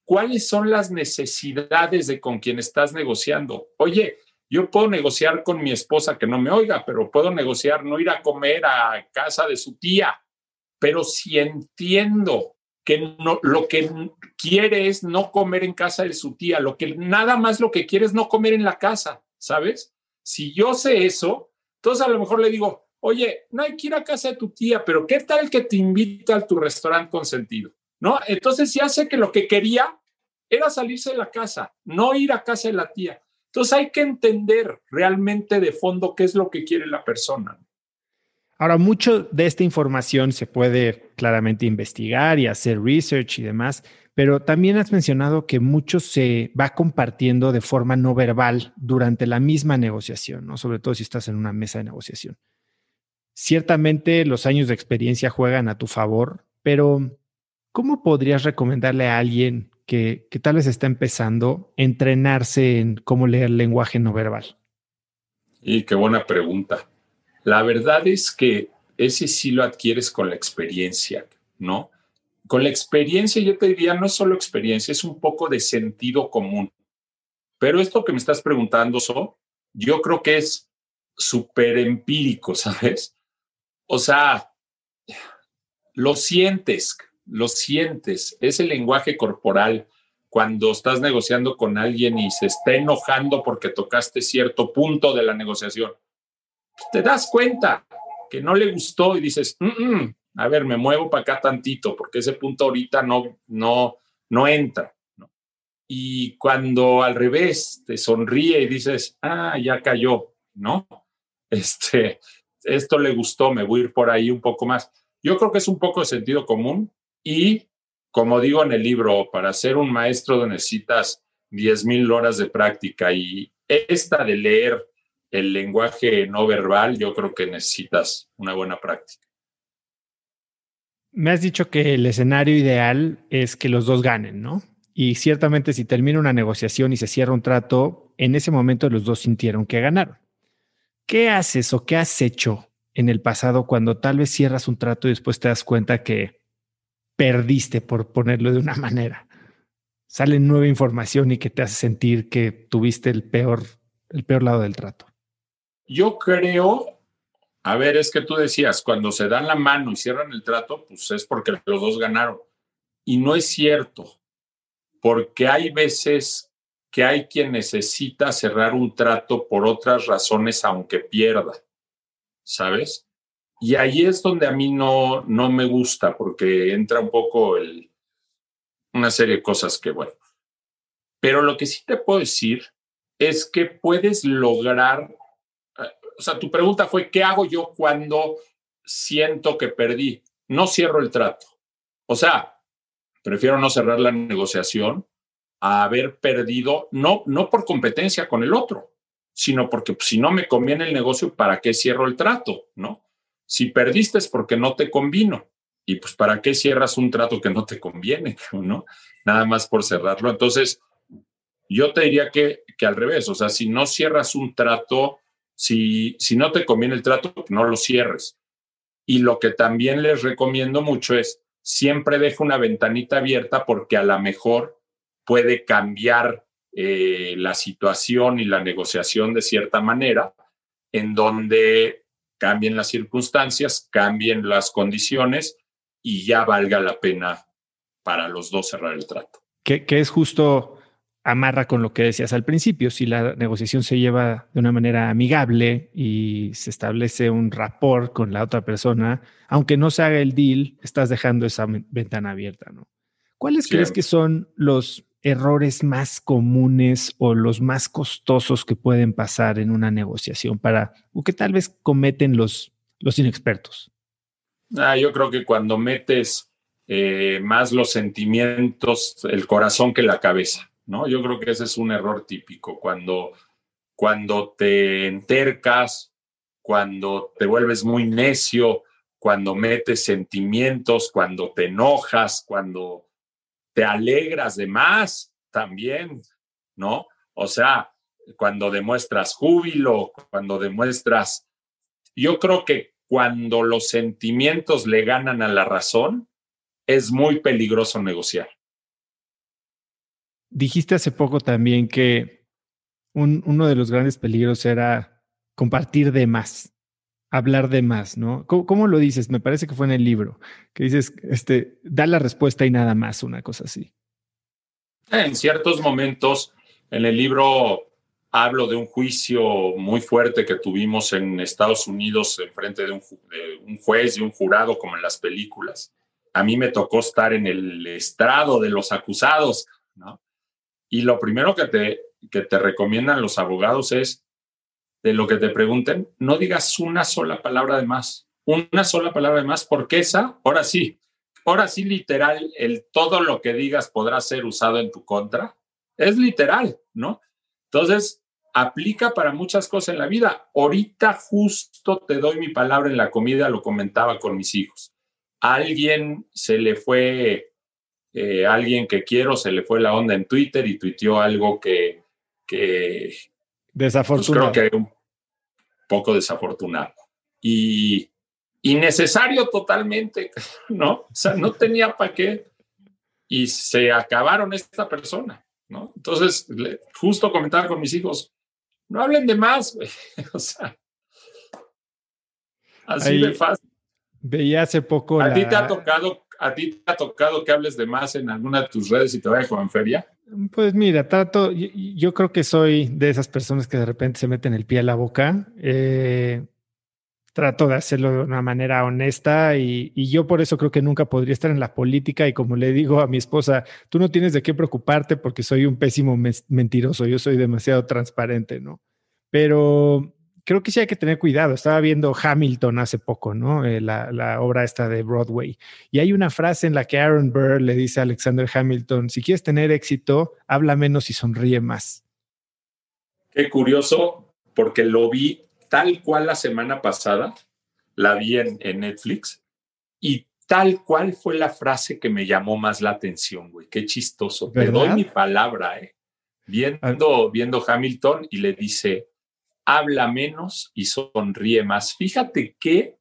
¿cuáles son las necesidades de con quien estás negociando? Oye, yo puedo negociar con mi esposa que no me oiga, pero puedo negociar no ir a comer a casa de su tía. Pero si entiendo que no, lo que quiere es no comer en casa de su tía, lo que nada más lo que quiere es no comer en la casa, ¿sabes? Si yo sé eso, entonces a lo mejor le digo, oye, no hay que ir a casa de tu tía, pero ¿qué tal que te invita a tu restaurante consentido? ¿No? Entonces ya sé que lo que quería era salirse de la casa, no ir a casa de la tía. Entonces hay que entender realmente de fondo qué es lo que quiere la persona. Ahora, mucho de esta información se puede claramente investigar y hacer research y demás, pero también has mencionado que mucho se va compartiendo de forma no verbal durante la misma negociación, ¿no? Sobre todo si estás en una mesa de negociación. Ciertamente los años de experiencia juegan a tu favor, pero ¿cómo podrías recomendarle a alguien que, que tal vez está empezando a entrenarse en cómo leer lenguaje no verbal? Y qué buena pregunta. La verdad es que ese sí lo adquieres con la experiencia, ¿no? Con la experiencia, yo te diría, no es solo experiencia, es un poco de sentido común. Pero esto que me estás preguntando, So, yo creo que es súper empírico, ¿sabes? O sea, lo sientes, lo sientes. Ese lenguaje corporal, cuando estás negociando con alguien y se está enojando porque tocaste cierto punto de la negociación, te das cuenta que no le gustó y dices, mm -mm, a ver, me muevo para acá tantito porque ese punto ahorita no, no, no entra, ¿no? Y cuando al revés te sonríe y dices, ah, ya cayó, ¿no? Este, esto le gustó, me voy a ir por ahí un poco más. Yo creo que es un poco de sentido común y, como digo en el libro, para ser un maestro necesitas diez mil horas de práctica y esta de leer el lenguaje no verbal, yo creo que necesitas una buena práctica. Me has dicho que el escenario ideal es que los dos ganen, ¿no? Y ciertamente si termina una negociación y se cierra un trato, en ese momento los dos sintieron que ganaron. ¿Qué haces o qué has hecho en el pasado cuando tal vez cierras un trato y después te das cuenta que perdiste, por ponerlo de una manera? Sale nueva información y que te hace sentir que tuviste el peor, el peor lado del trato. Yo creo, a ver, es que tú decías, cuando se dan la mano y cierran el trato, pues es porque los dos ganaron. Y no es cierto, porque hay veces que hay quien necesita cerrar un trato por otras razones, aunque pierda, ¿sabes? Y ahí es donde a mí no, no me gusta, porque entra un poco el, una serie de cosas que, bueno. Pero lo que sí te puedo decir es que puedes lograr, o sea, tu pregunta fue, ¿qué hago yo cuando siento que perdí? No cierro el trato. O sea, prefiero no cerrar la negociación a haber perdido, no, no por competencia con el otro, sino porque pues, si no me conviene el negocio, ¿para qué cierro el trato? ¿No? Si perdiste es porque no te convino. Y pues, ¿para qué cierras un trato que no te conviene? ¿No? Nada más por cerrarlo. Entonces, yo te diría que, que al revés. O sea, si no cierras un trato, si, si no te conviene el trato, no lo cierres. Y lo que también les recomiendo mucho es siempre deja una ventanita abierta porque a lo mejor puede cambiar eh, la situación y la negociación de cierta manera, en donde cambien las circunstancias, cambien las condiciones y ya valga la pena para los dos cerrar el trato. Que, que es justo, amarra con lo que decías al principio. Si la negociación se lleva de una manera amigable y se establece un rapport con la otra persona, aunque no se haga el deal, estás dejando esa ventana abierta, ¿no? ¿Cuáles Siempre. crees que son los errores más comunes o los más costosos que pueden pasar en una negociación para, o que tal vez cometen los, los inexpertos? Ah, yo creo que cuando metes eh, más los sentimientos, el corazón que la cabeza, ¿no? Yo creo que ese es un error típico. Cuando, cuando te entercas, cuando te vuelves muy necio, cuando metes sentimientos, cuando te enojas, cuando te alegras de más también, ¿no? O sea, cuando demuestras júbilo, cuando demuestras... Yo creo que cuando los sentimientos le ganan a la razón, es muy peligroso negociar. dijiste hace poco también que un, uno de los grandes peligros era compartir de más, hablar de más, ¿no? ¿Cómo, cómo lo dices? Me parece que fue en el libro, que dices, este, da la respuesta y nada más, una cosa así. En ciertos momentos, en el libro hablo de un juicio muy fuerte que tuvimos en Estados Unidos en frente de un, de un juez y un jurado, como en las películas. A mí me tocó estar en el estrado de los acusados, ¿no? Y lo primero que te, que te recomiendan los abogados es, de lo que te pregunten, no digas una sola palabra de más. Una sola palabra de más, porque esa, ahora sí, ahora sí literal, el todo lo que digas podrá ser usado en tu contra. Es literal, ¿no? Entonces, aplica para muchas cosas en la vida. Ahorita justo te doy mi palabra en la comida, lo comentaba con mis hijos. A alguien se le fue, eh, alguien que quiero, se le fue la onda en Twitter y tuiteó algo que, que desafortunado. Pues creo que un poco desafortunado. Y innecesario totalmente, ¿no? O sea, no tenía para qué. Y se acabaron esta persona, ¿no? Entonces, justo comentaba con mis hijos, no hablen de más, güey. O sea, así Ahí de fácil. Veía hace poco ¿A la... ti te ha tocado, a ti te ha tocado que hables de más en alguna de tus redes y te vaya con feria? Pues mira, trato, yo, yo creo que soy de esas personas que de repente se meten el pie a la boca. Eh, trato de hacerlo de una manera honesta y, y yo por eso creo que nunca podría estar en la política y como le digo a mi esposa, tú no tienes de qué preocuparte porque soy un pésimo mes- mentiroso, yo soy demasiado transparente, ¿no? Pero creo que sí hay que tener cuidado. Estaba viendo Hamilton hace poco, ¿no? Eh, la, la obra esta de Broadway. Y hay una frase en la que Aaron Burr le dice a Alexander Hamilton, si quieres tener éxito, habla menos y sonríe más. Qué curioso, porque lo vi tal cual la semana pasada, la vi en, en Netflix, y tal cual fue la frase que me llamó más la atención, güey. Qué chistoso. ¿Verdad? Te doy mi palabra, ¿eh? Viendo, viendo Hamilton y le dice, habla menos y sonríe más. Fíjate qué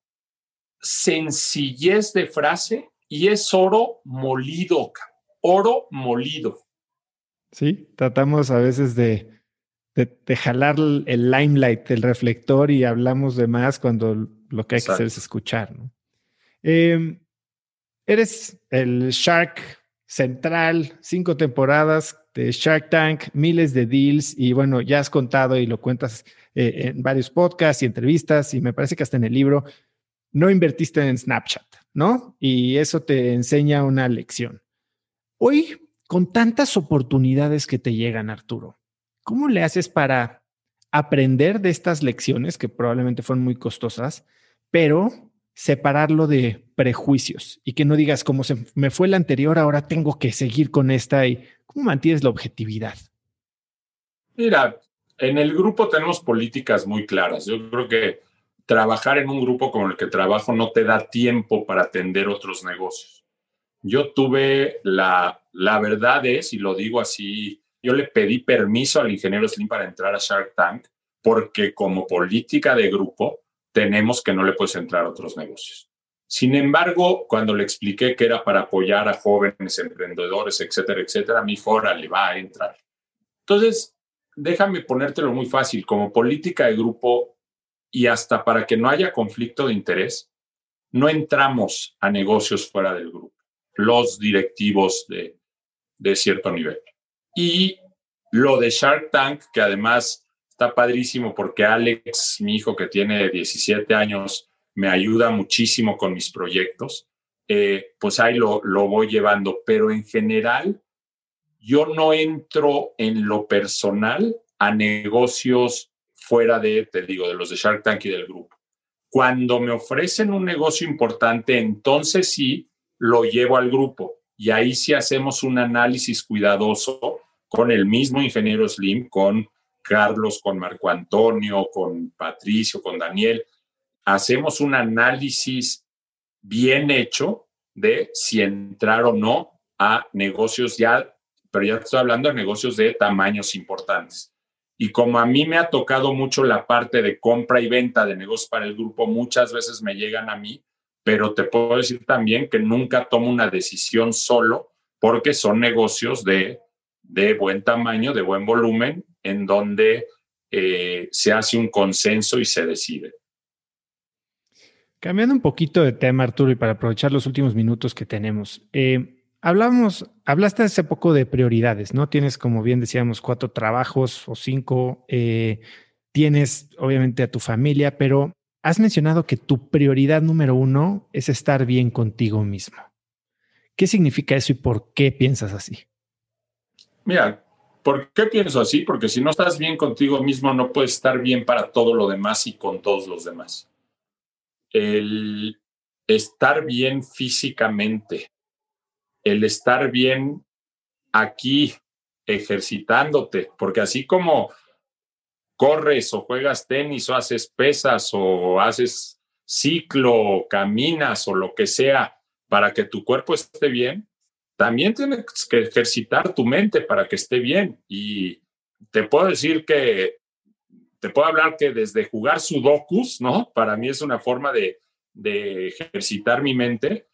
sencillez de frase y es oro molido, oro molido. Sí, tratamos a veces de, de, de jalar el limelight, el reflector y hablamos de más cuando lo que hay Exacto. que hacer es escuchar, ¿no? Eh, eres el Shark central, cinco temporadas de Shark Tank, miles de deals y bueno, ya has contado y lo cuentas eh, en varios podcasts y entrevistas y me parece que hasta en el libro, no invertiste en Snapchat, ¿no? Y eso te enseña una lección. Hoy, con tantas oportunidades que te llegan, Arturo, ¿cómo le haces para aprender de estas lecciones que probablemente fueron muy costosas, pero separarlo de prejuicios y que no digas como se me fue la anterior, ahora tengo que seguir con esta? ¿Y cómo mantienes la objetividad? Mira, en el grupo tenemos políticas muy claras. Yo creo que trabajar en un grupo como el que trabajo no te da tiempo para atender otros negocios. Yo tuve la, la verdad es, y lo digo así, yo le pedí permiso al ingeniero Slim para entrar a Shark Tank porque como política de grupo tenemos que no le puedes entrar a otros negocios. Sin embargo, cuando le expliqué que era para apoyar a jóvenes emprendedores, etcétera, etcétera, mi hijo, ahora le va a entrar. Entonces, déjame ponértelo muy fácil. Como política de grupo y hasta para que no haya conflicto de interés, no entramos a negocios fuera del grupo, los directivos de, de cierto nivel. Y lo de Shark Tank, que además está padrísimo porque Alex, mi hijo que tiene diecisiete años, me ayuda muchísimo con mis proyectos, eh, pues ahí lo, lo voy llevando. Pero en general, yo no entro en lo personal a negocios fuera de, te digo, de los de Shark Tank y del grupo. Cuando me ofrecen un negocio importante, entonces sí lo llevo al grupo. Y ahí sí hacemos un análisis cuidadoso con el mismo ingeniero Slim, con Carlos, con Marco Antonio, con Patricio, con Daniel. Hacemos un análisis bien hecho de si entrar o no a negocios ya, pero ya estoy hablando de negocios de tamaños importantes. Y como a mí me ha tocado mucho la parte de compra y venta de negocios para el grupo, muchas veces me llegan a mí, pero te puedo decir también que nunca tomo una decisión solo porque son negocios de de buen tamaño, de buen volumen, en donde eh, se hace un consenso y se decide. Cambiando un poquito de tema, Arturo, y para aprovechar los últimos minutos que tenemos, eh, hablamos, hablaste hace poco de prioridades, ¿no? Tienes, como bien decíamos, cuatro trabajos o cinco, eh, tienes obviamente a tu familia, pero has mencionado que tu prioridad número uno es estar bien contigo mismo. ¿Qué significa eso y por qué piensas así? Mira, ¿por qué pienso así? Porque si no estás bien contigo mismo, no puedes estar bien para todo lo demás y con todos los demás. El estar bien físicamente, el estar bien aquí ejercitándote, porque así como corres o juegas tenis o haces pesas o haces ciclo o caminas o lo que sea para que tu cuerpo esté bien, también tienes que ejercitar tu mente para que esté bien. Y te puedo decir que, te puedo hablar que desde jugar sudokus, ¿no? Para mí es una forma de, de ejercitar mi mente,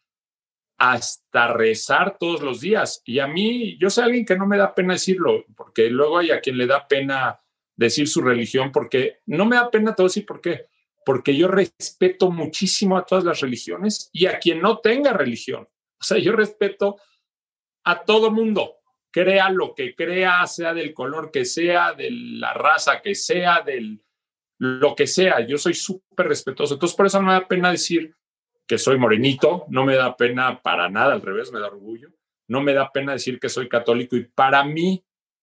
hasta rezar todos los días. Y a mí, yo soy alguien que no me da pena decirlo, porque luego hay a quien le da pena decir su religión, porque no me da pena, te voy a decir por qué. Porque yo respeto muchísimo a todas las religiones y a quien no tenga religión. O sea, yo respeto a todo mundo, crea lo que crea, sea del color que sea, de la raza que sea, del lo que sea. Yo soy súper respetuoso. Entonces, por eso no me da pena decir que soy morenito, no me da pena para nada, al revés, me da orgullo. No me da pena decir que soy católico y para mí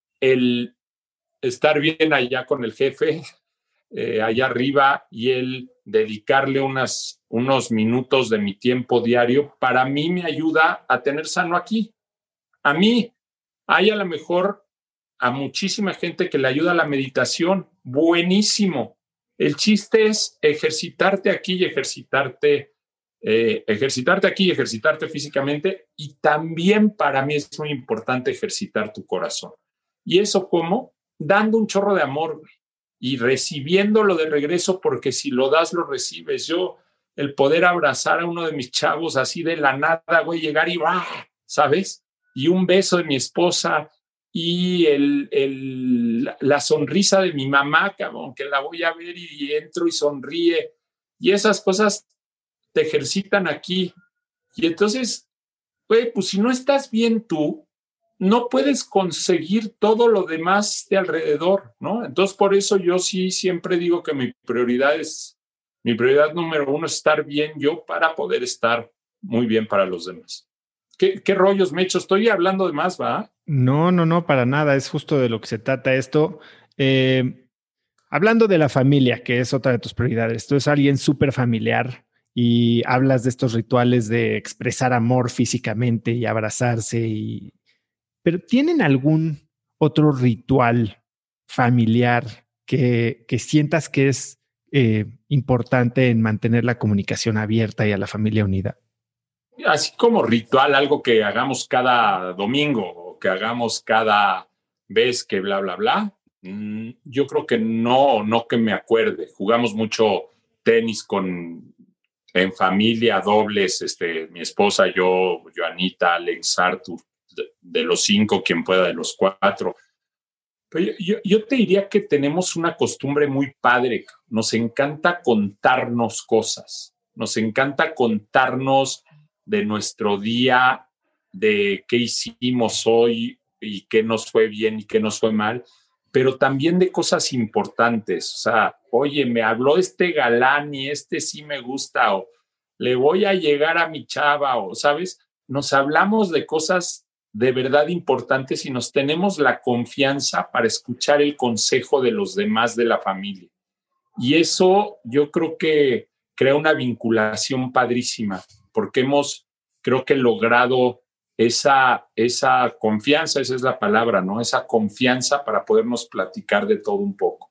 el estar bien allá con el jefe, eh, allá arriba, y el dedicarle unas, unos minutos de mi tiempo diario, para mí me ayuda a tener sano aquí. A mí, hay a lo mejor a muchísima gente que le ayuda a la meditación, buenísimo. El chiste es ejercitarte aquí y ejercitarte, eh, ejercitarte aquí y ejercitarte físicamente, y también para mí es muy importante ejercitar tu corazón. ¿Y eso cómo? Dando un chorro de amor, güey, y recibiéndolo de regreso, porque si lo das, lo recibes. Yo, el poder abrazar a uno de mis chavos así de la nada, güey, llegar y ¡ah! ¿Sabes? Y un beso de mi esposa y el, el, la sonrisa de mi mamá, cabrón, que la voy a ver y entro y sonríe. Y esas cosas te ejercitan aquí. Y entonces, güey, pues si no estás bien tú, no puedes conseguir todo lo demás de alrededor, ¿no? Entonces, por eso yo sí siempre digo que mi prioridad es, mi prioridad número uno es estar bien yo para poder estar muy bien para los demás. ¿Qué, qué rollos me echo? Estoy hablando de más, ¿va? No, no, no, para nada. Es justo de lo que se trata esto. Eh, hablando de la familia, que es otra de tus prioridades, tú eres alguien súper familiar y hablas de estos rituales de expresar amor físicamente y abrazarse. Y... Pero ¿tienen algún otro ritual familiar que, que sientas que es eh, importante en mantener la comunicación abierta y a la familia unida? Así como ritual, algo que hagamos cada domingo o que hagamos cada vez que bla, bla, bla. Yo creo que no, no que me acuerde. Jugamos mucho tenis con, en familia, dobles, este, mi esposa, yo, Joanita, Alex, Arthur, de, de los cinco, quien pueda de los cuatro. Pero yo, yo te diría que tenemos una costumbre muy padre. Nos encanta contarnos cosas. Nos encanta contarnos de nuestro día, de qué hicimos hoy y qué nos fue bien y qué nos fue mal, pero también de cosas importantes. O sea, oye, me habló este galán y este sí me gusta, o le voy a llegar a mi chava, o sabes, nos hablamos de cosas de verdad importantes y nos tenemos la confianza para escuchar el consejo de los demás de la familia. Y eso yo creo que crea una vinculación padrísima, porque hemos, creo que logrado esa, esa confianza, esa es la palabra, ¿no? Esa confianza para podernos platicar de todo un poco.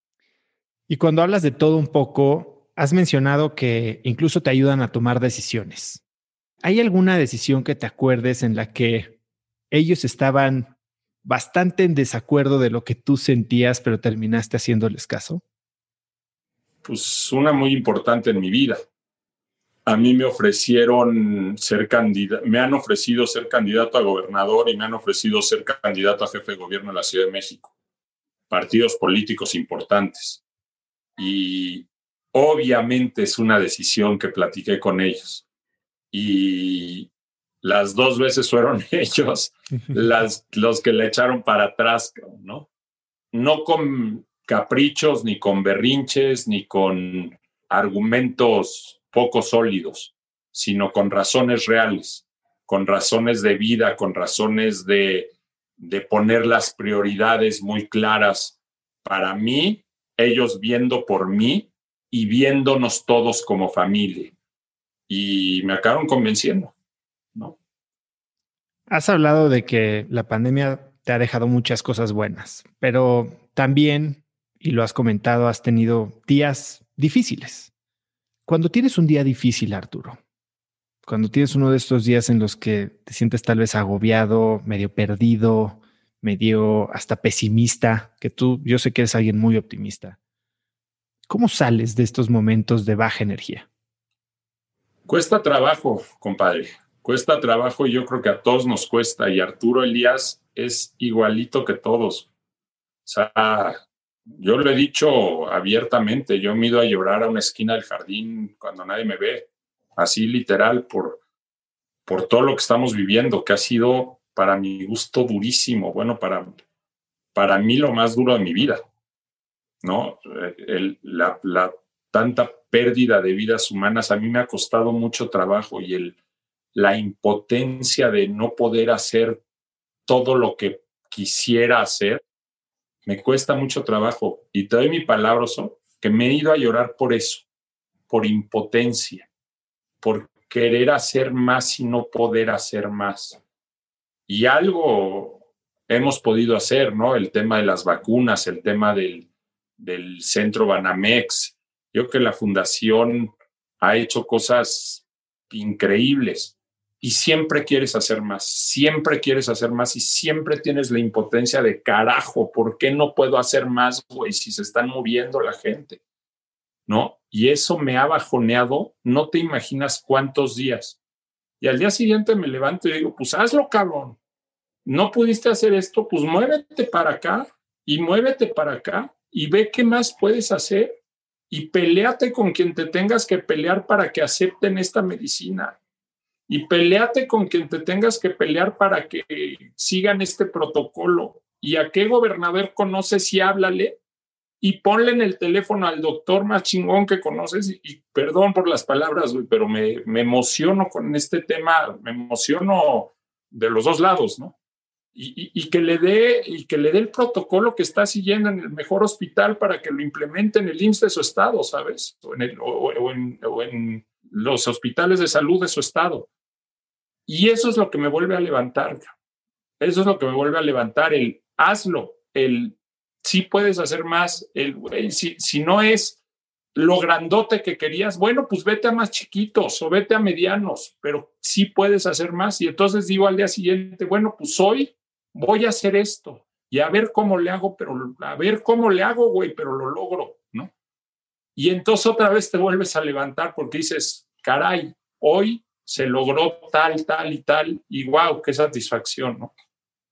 Y cuando hablas de todo un poco, has mencionado que incluso te ayudan a tomar decisiones. ¿Hay alguna decisión que te acuerdes en la que ellos estaban bastante en desacuerdo de lo que tú sentías, pero terminaste haciéndoles caso? Pues una muy importante en mi vida. a mí me ofrecieron ser candidato, me han ofrecido ser candidato a gobernador y me han ofrecido ser candidato a jefe de gobierno en la Ciudad de México. Partidos políticos importantes. Y obviamente es una decisión que platiqué con ellos. Y las dos veces fueron ellos las, los que le echaron para atrás, ¿no? No con caprichos, ni con berrinches, ni con argumentos poco sólidos, sino con razones reales, con razones de vida, con razones de, de poner las prioridades muy claras para mí, ellos viendo por mí y viéndonos todos como familia. Y me acabaron convenciendo, ¿no? Has hablado de que la pandemia te ha dejado muchas cosas buenas, pero también, y lo has comentado, has tenido días difíciles. Cuando tienes un día difícil, Arturo, cuando tienes uno de estos días en los que te sientes tal vez agobiado, medio perdido, medio hasta pesimista, que tú, yo sé que eres alguien muy optimista, ¿cómo sales de estos momentos de baja energía? Cuesta trabajo, compadre. Cuesta trabajo y yo creo que a todos nos cuesta. Y Arturo Elías es igualito que todos. O sea, yo lo he dicho abiertamente. Yo me he ido a llorar a una esquina del jardín cuando nadie me ve. Así literal por, por todo lo que estamos viviendo, que ha sido para mi gusto durísimo. Bueno, para, para mí lo más duro de mi vida, ¿no? El, la, la tanta pérdida de vidas humanas a mí me ha costado mucho trabajo y el, la impotencia de no poder hacer todo lo que quisiera hacer me cuesta mucho trabajo y te doy mi palabra, Oso, que me he ido a llorar por eso, por impotencia, por querer hacer más y no poder hacer más. Y algo hemos podido hacer, ¿no? El tema de las vacunas, el tema del, del centro Banamex. Yo creo que la fundación ha hecho cosas increíbles y siempre quieres hacer más, siempre quieres hacer más y siempre tienes la impotencia de carajo, ¿por qué no puedo hacer más, güey, si se están muriendo la gente? ¿No? Y eso me ha bajoneado, no te imaginas cuántos días. Y al día siguiente me levanto y digo, pues hazlo, cabrón. No pudiste hacer esto, pues muévete para acá y muévete para acá y ve qué más puedes hacer y peléate con quien te tengas que pelear para que acepten esta medicina y peléate con quien te tengas que pelear para que sigan este protocolo y a qué gobernador conoces y háblale y ponle en el teléfono al doctor más chingón que conoces y, y perdón por las palabras, güey, pero me, me emociono con este tema, me emociono de los dos lados, ¿no? Y, y, y, que le dé, y que le dé el protocolo que está siguiendo en el mejor hospital para que lo implemente en el I M S S de su estado, ¿sabes? O en, el, o, o, en, o en los hospitales de salud de su estado. Y eso es lo que me vuelve a levantar. Eso es lo que me vuelve a levantar, el hazlo, el sí puedes hacer más, el güey, si, si no es lo grandote que querías, bueno, pues vete a más chiquitos o vete a medianos, pero sí puedes hacer más. Y entonces digo al día siguiente, bueno, pues hoy voy a hacer esto y a ver cómo le hago, pero a ver cómo le hago, güey, pero lo logro, ¿no? Y entonces otra vez te vuelves a levantar porque dices, caray, hoy se logró tal, tal y tal, y wow, qué satisfacción, ¿no?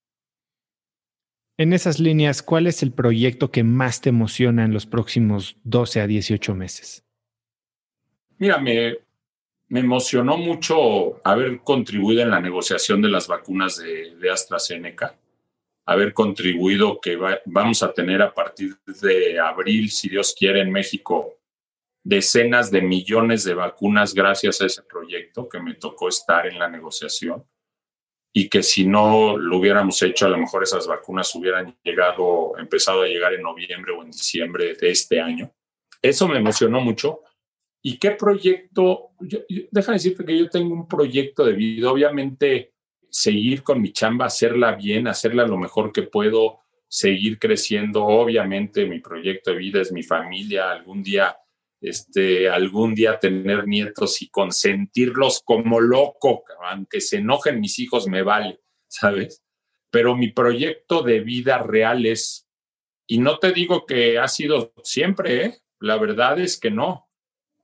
En esas líneas, ¿cuál es el proyecto que más te emociona en los próximos doce a dieciocho meses? Mira, me, me emocionó mucho haber contribuido en la negociación de las vacunas de, de AstraZeneca, haber contribuido que va, vamos a tener a partir de abril, si Dios quiere, en México, decenas de millones de vacunas gracias a ese proyecto que me tocó estar en la negociación. Y que si no lo hubiéramos hecho, a lo mejor esas vacunas hubieran llegado, empezado a llegar en noviembre o en diciembre de este año. Eso me emocionó mucho. ¿Y qué proyecto? Yo, yo, déjame decirte que yo tengo un proyecto de vida. Obviamente, seguir con mi chamba, hacerla bien, hacerla lo mejor que puedo, seguir creciendo. Obviamente, mi proyecto de vida es mi familia. Algún día, este, algún día tener nietos y consentirlos como loco, aunque se enojen mis hijos, me vale, ¿sabes? Pero mi proyecto de vida real es, y no te digo que ha sido siempre, ¿eh? La verdad es que no.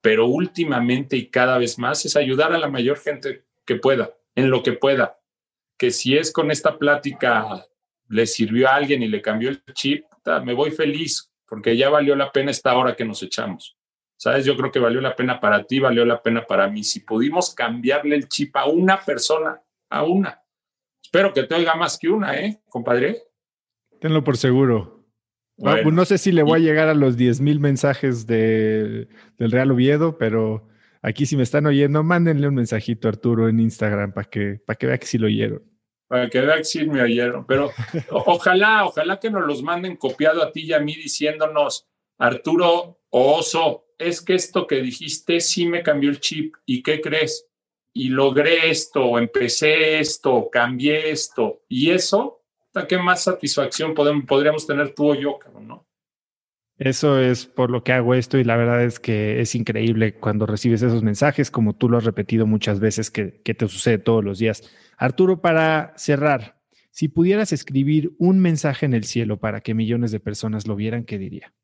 pero últimamente y cada vez más es ayudar a la mayor gente que pueda, en lo que pueda. Que si es con esta plática le sirvió a alguien y le cambió el chip, me voy feliz, porque ya valió la pena esta hora que nos echamos. ¿Sabes? Yo creo que valió la pena para ti, valió la pena para mí. Si pudimos cambiarle el chip a una persona, a una. Espero que te oiga más que una, ¿eh, compadre? Tenlo por seguro. Bueno, no sé si le voy a llegar a los diez mil mensajes de, del Real Oviedo, pero aquí si me están oyendo, mándenle un mensajito a Arturo en Instagram para que, para que vea que sí lo oyeron. Para que vea que sí me oyeron. Pero ojalá, ojalá que nos los manden copiado a ti y a mí diciéndonos, Arturo Oso, es que esto que dijiste sí me cambió el chip. ¿Y qué crees? Y logré esto, o empecé esto, o cambié esto. Y eso, ¿qué más satisfacción podemos, podríamos tener tú o yo, cabrón, no? Eso es por lo que hago esto y la verdad es que es increíble cuando recibes esos mensajes, como tú lo has repetido muchas veces, que, que te sucede todos los días. Arturo, para cerrar, si pudieras escribir un mensaje en el cielo para que millones de personas lo vieran, ¿qué diría?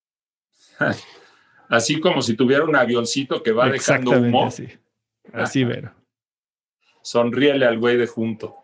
Así como si tuviera un avioncito que va dejando humo. Así, así Vero. Sonríele al güey de junto.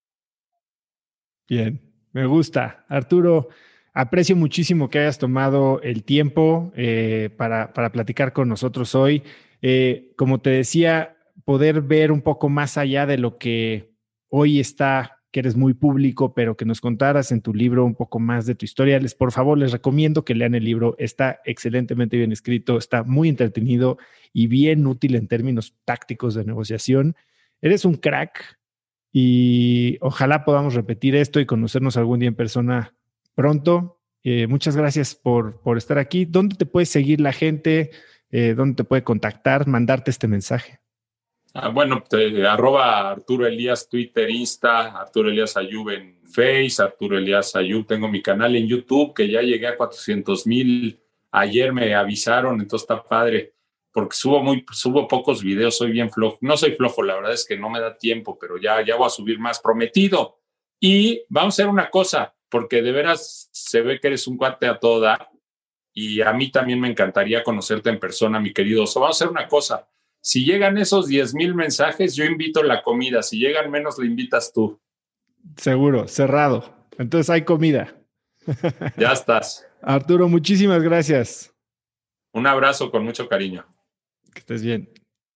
Bien, me gusta. Arturo, aprecio muchísimo que hayas tomado el tiempo eh, para, para platicar con nosotros hoy. Eh, como te decía, poder ver un poco más allá de lo que hoy está, que eres muy público, pero que nos contaras en tu libro un poco más de tu historia. Les, por favor, les recomiendo que lean el libro. Está excelentemente bien escrito, está muy entretenido y bien útil en términos tácticos de negociación. Eres un crack y ojalá podamos repetir esto y conocernos algún día en persona pronto. Eh, muchas gracias por, por estar aquí. ¿Dónde te puede seguir la gente? Eh, ¿Dónde te puede contactar, mandarte este mensaje? Ah, bueno, te, arroba Arturo Elías, Twitter, Insta, Arturo Elías Ayub en Face, Arturo Elías Ayub. Tengo mi canal en YouTube que ya llegué a cuatrocientos mil. Ayer me avisaron, entonces está padre, porque subo muy, subo pocos videos, soy bien flojo. No soy flojo, la verdad es que no me da tiempo, pero ya, ya voy a subir más, prometido. Y vamos a hacer una cosa, porque de veras se ve que eres un cuate a todo dar, y a mí también me encantaría conocerte en persona, mi querido Oso. Vamos a hacer una cosa. Si llegan esos diez mil mensajes, yo invito la comida. Si llegan menos, la invitas tú. Seguro, cerrado. Entonces hay comida. Ya estás. Arturo, muchísimas gracias. Un abrazo con mucho cariño. Que estés bien.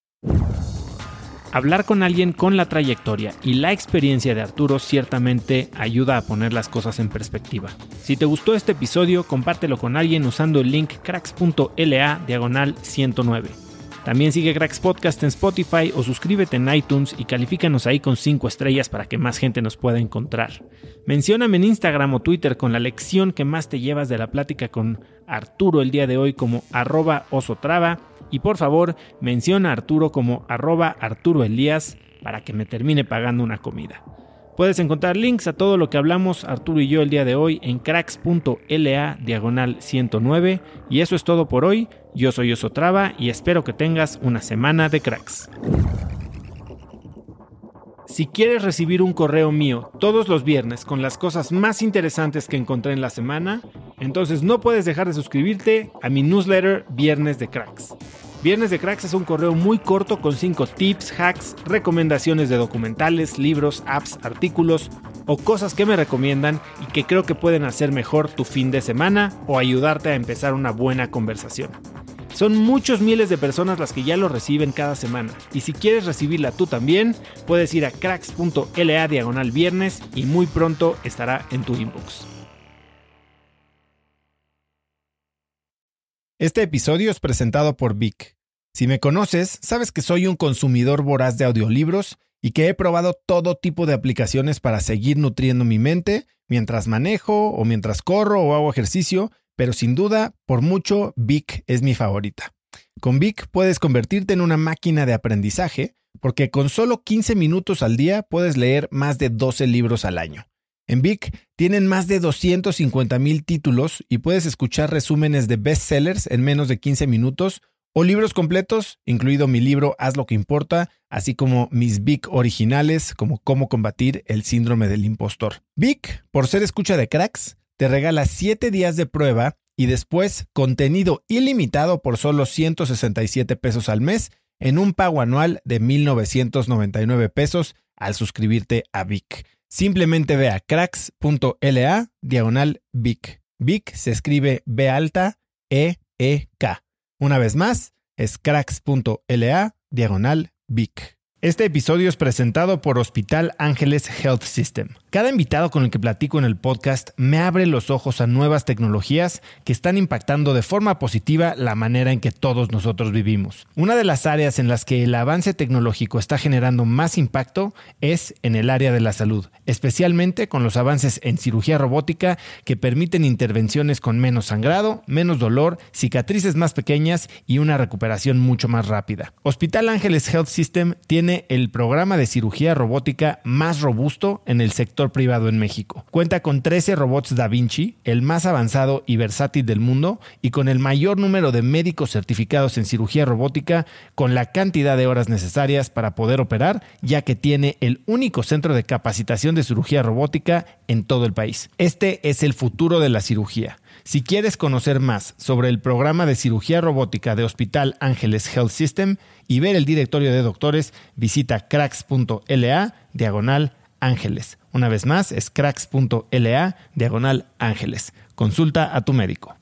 Hablar con alguien con la trayectoria y la experiencia de Arturo ciertamente ayuda a poner las cosas en perspectiva. Si te gustó este episodio, compártelo con alguien usando el link cracks.la diagonal ciento nueve. También sigue Cracks Podcast en Spotify o suscríbete en iTunes y califícanos ahí con cinco estrellas para que más gente nos pueda encontrar. Mencióname en Instagram o Twitter con la lección que más te llevas de la plática con Arturo el día de hoy como arroba osotrava y por favor menciona a Arturo como arroba Arturo Elías para que me termine pagando una comida. Puedes encontrar links a todo lo que hablamos Arturo y yo el día de hoy en cracks.la diagonal ciento nueve. Y eso es todo por hoy. Yo soy Osotrava y espero que tengas una semana de cracks. Si quieres recibir un correo mío todos los viernes con las cosas más interesantes que encontré en la semana, entonces no puedes dejar de suscribirte a mi newsletter Viernes de Cracks. Viernes de Cracks es un correo muy corto con cinco tips, hacks, recomendaciones de documentales, libros, apps, artículos o cosas que me recomiendan y que creo que pueden hacer mejor tu fin de semana o ayudarte a empezar una buena conversación. Son muchos miles de personas las que ya lo reciben cada semana y si quieres recibirla tú también, puedes ir a cracks.la diagonal viernes y muy pronto estará en tu inbox. Este episodio es presentado por Vic. Si me conoces, sabes que soy un consumidor voraz de audiolibros y que he probado todo tipo de aplicaciones para seguir nutriendo mi mente mientras manejo o mientras corro o hago ejercicio, pero sin duda, por mucho, Vic es mi favorita. Con Vic puedes convertirte en una máquina de aprendizaje porque con solo quince minutos al día puedes leer más de doce libros al año. En Vic tienen más de doscientos cincuenta mil títulos y puedes escuchar resúmenes de bestsellers en menos de quince minutos o libros completos, incluido mi libro Haz lo que importa, así como mis Vic originales como Cómo combatir el síndrome del impostor. Vic, por ser escucha de Cracks, te regala siete días de prueba y después contenido ilimitado por solo ciento sesenta y siete pesos al mes en un pago anual de mil novecientos noventa y nueve pesos al suscribirte a Vic. Simplemente ve a cracks.la diagonal Vic. Vic se escribe B alta E E K. Una vez más, es cracks.la diagonal Vic. Este episodio es presentado por Hospital Ángeles Health System. Cada invitado con el que platico en el podcast me abre los ojos a nuevas tecnologías que están impactando de forma positiva la manera en que todos nosotros vivimos. Una de las áreas en las que el avance tecnológico está generando más impacto es en el área de la salud, especialmente con los avances en cirugía robótica que permiten intervenciones con menos sangrado, menos dolor, cicatrices más pequeñas y una recuperación mucho más rápida. Hospital Ángeles Health System tiene el programa de cirugía robótica más robusto en el sector privado en México. Cuenta con trece robots Da Vinci, el más avanzado y versátil del mundo, y con el mayor número de médicos certificados en cirugía robótica, con la cantidad de horas necesarias para poder operar, ya que tiene el único centro de capacitación de cirugía robótica en todo el país. Este es el futuro de la cirugía. Si quieres conocer más sobre el programa de cirugía robótica de Hospital Ángeles Health System y ver el directorio de doctores, visita cracks.la diagonal Ángeles. Una vez más, es cracks.la diagonal Ángeles. Consulta a tu médico.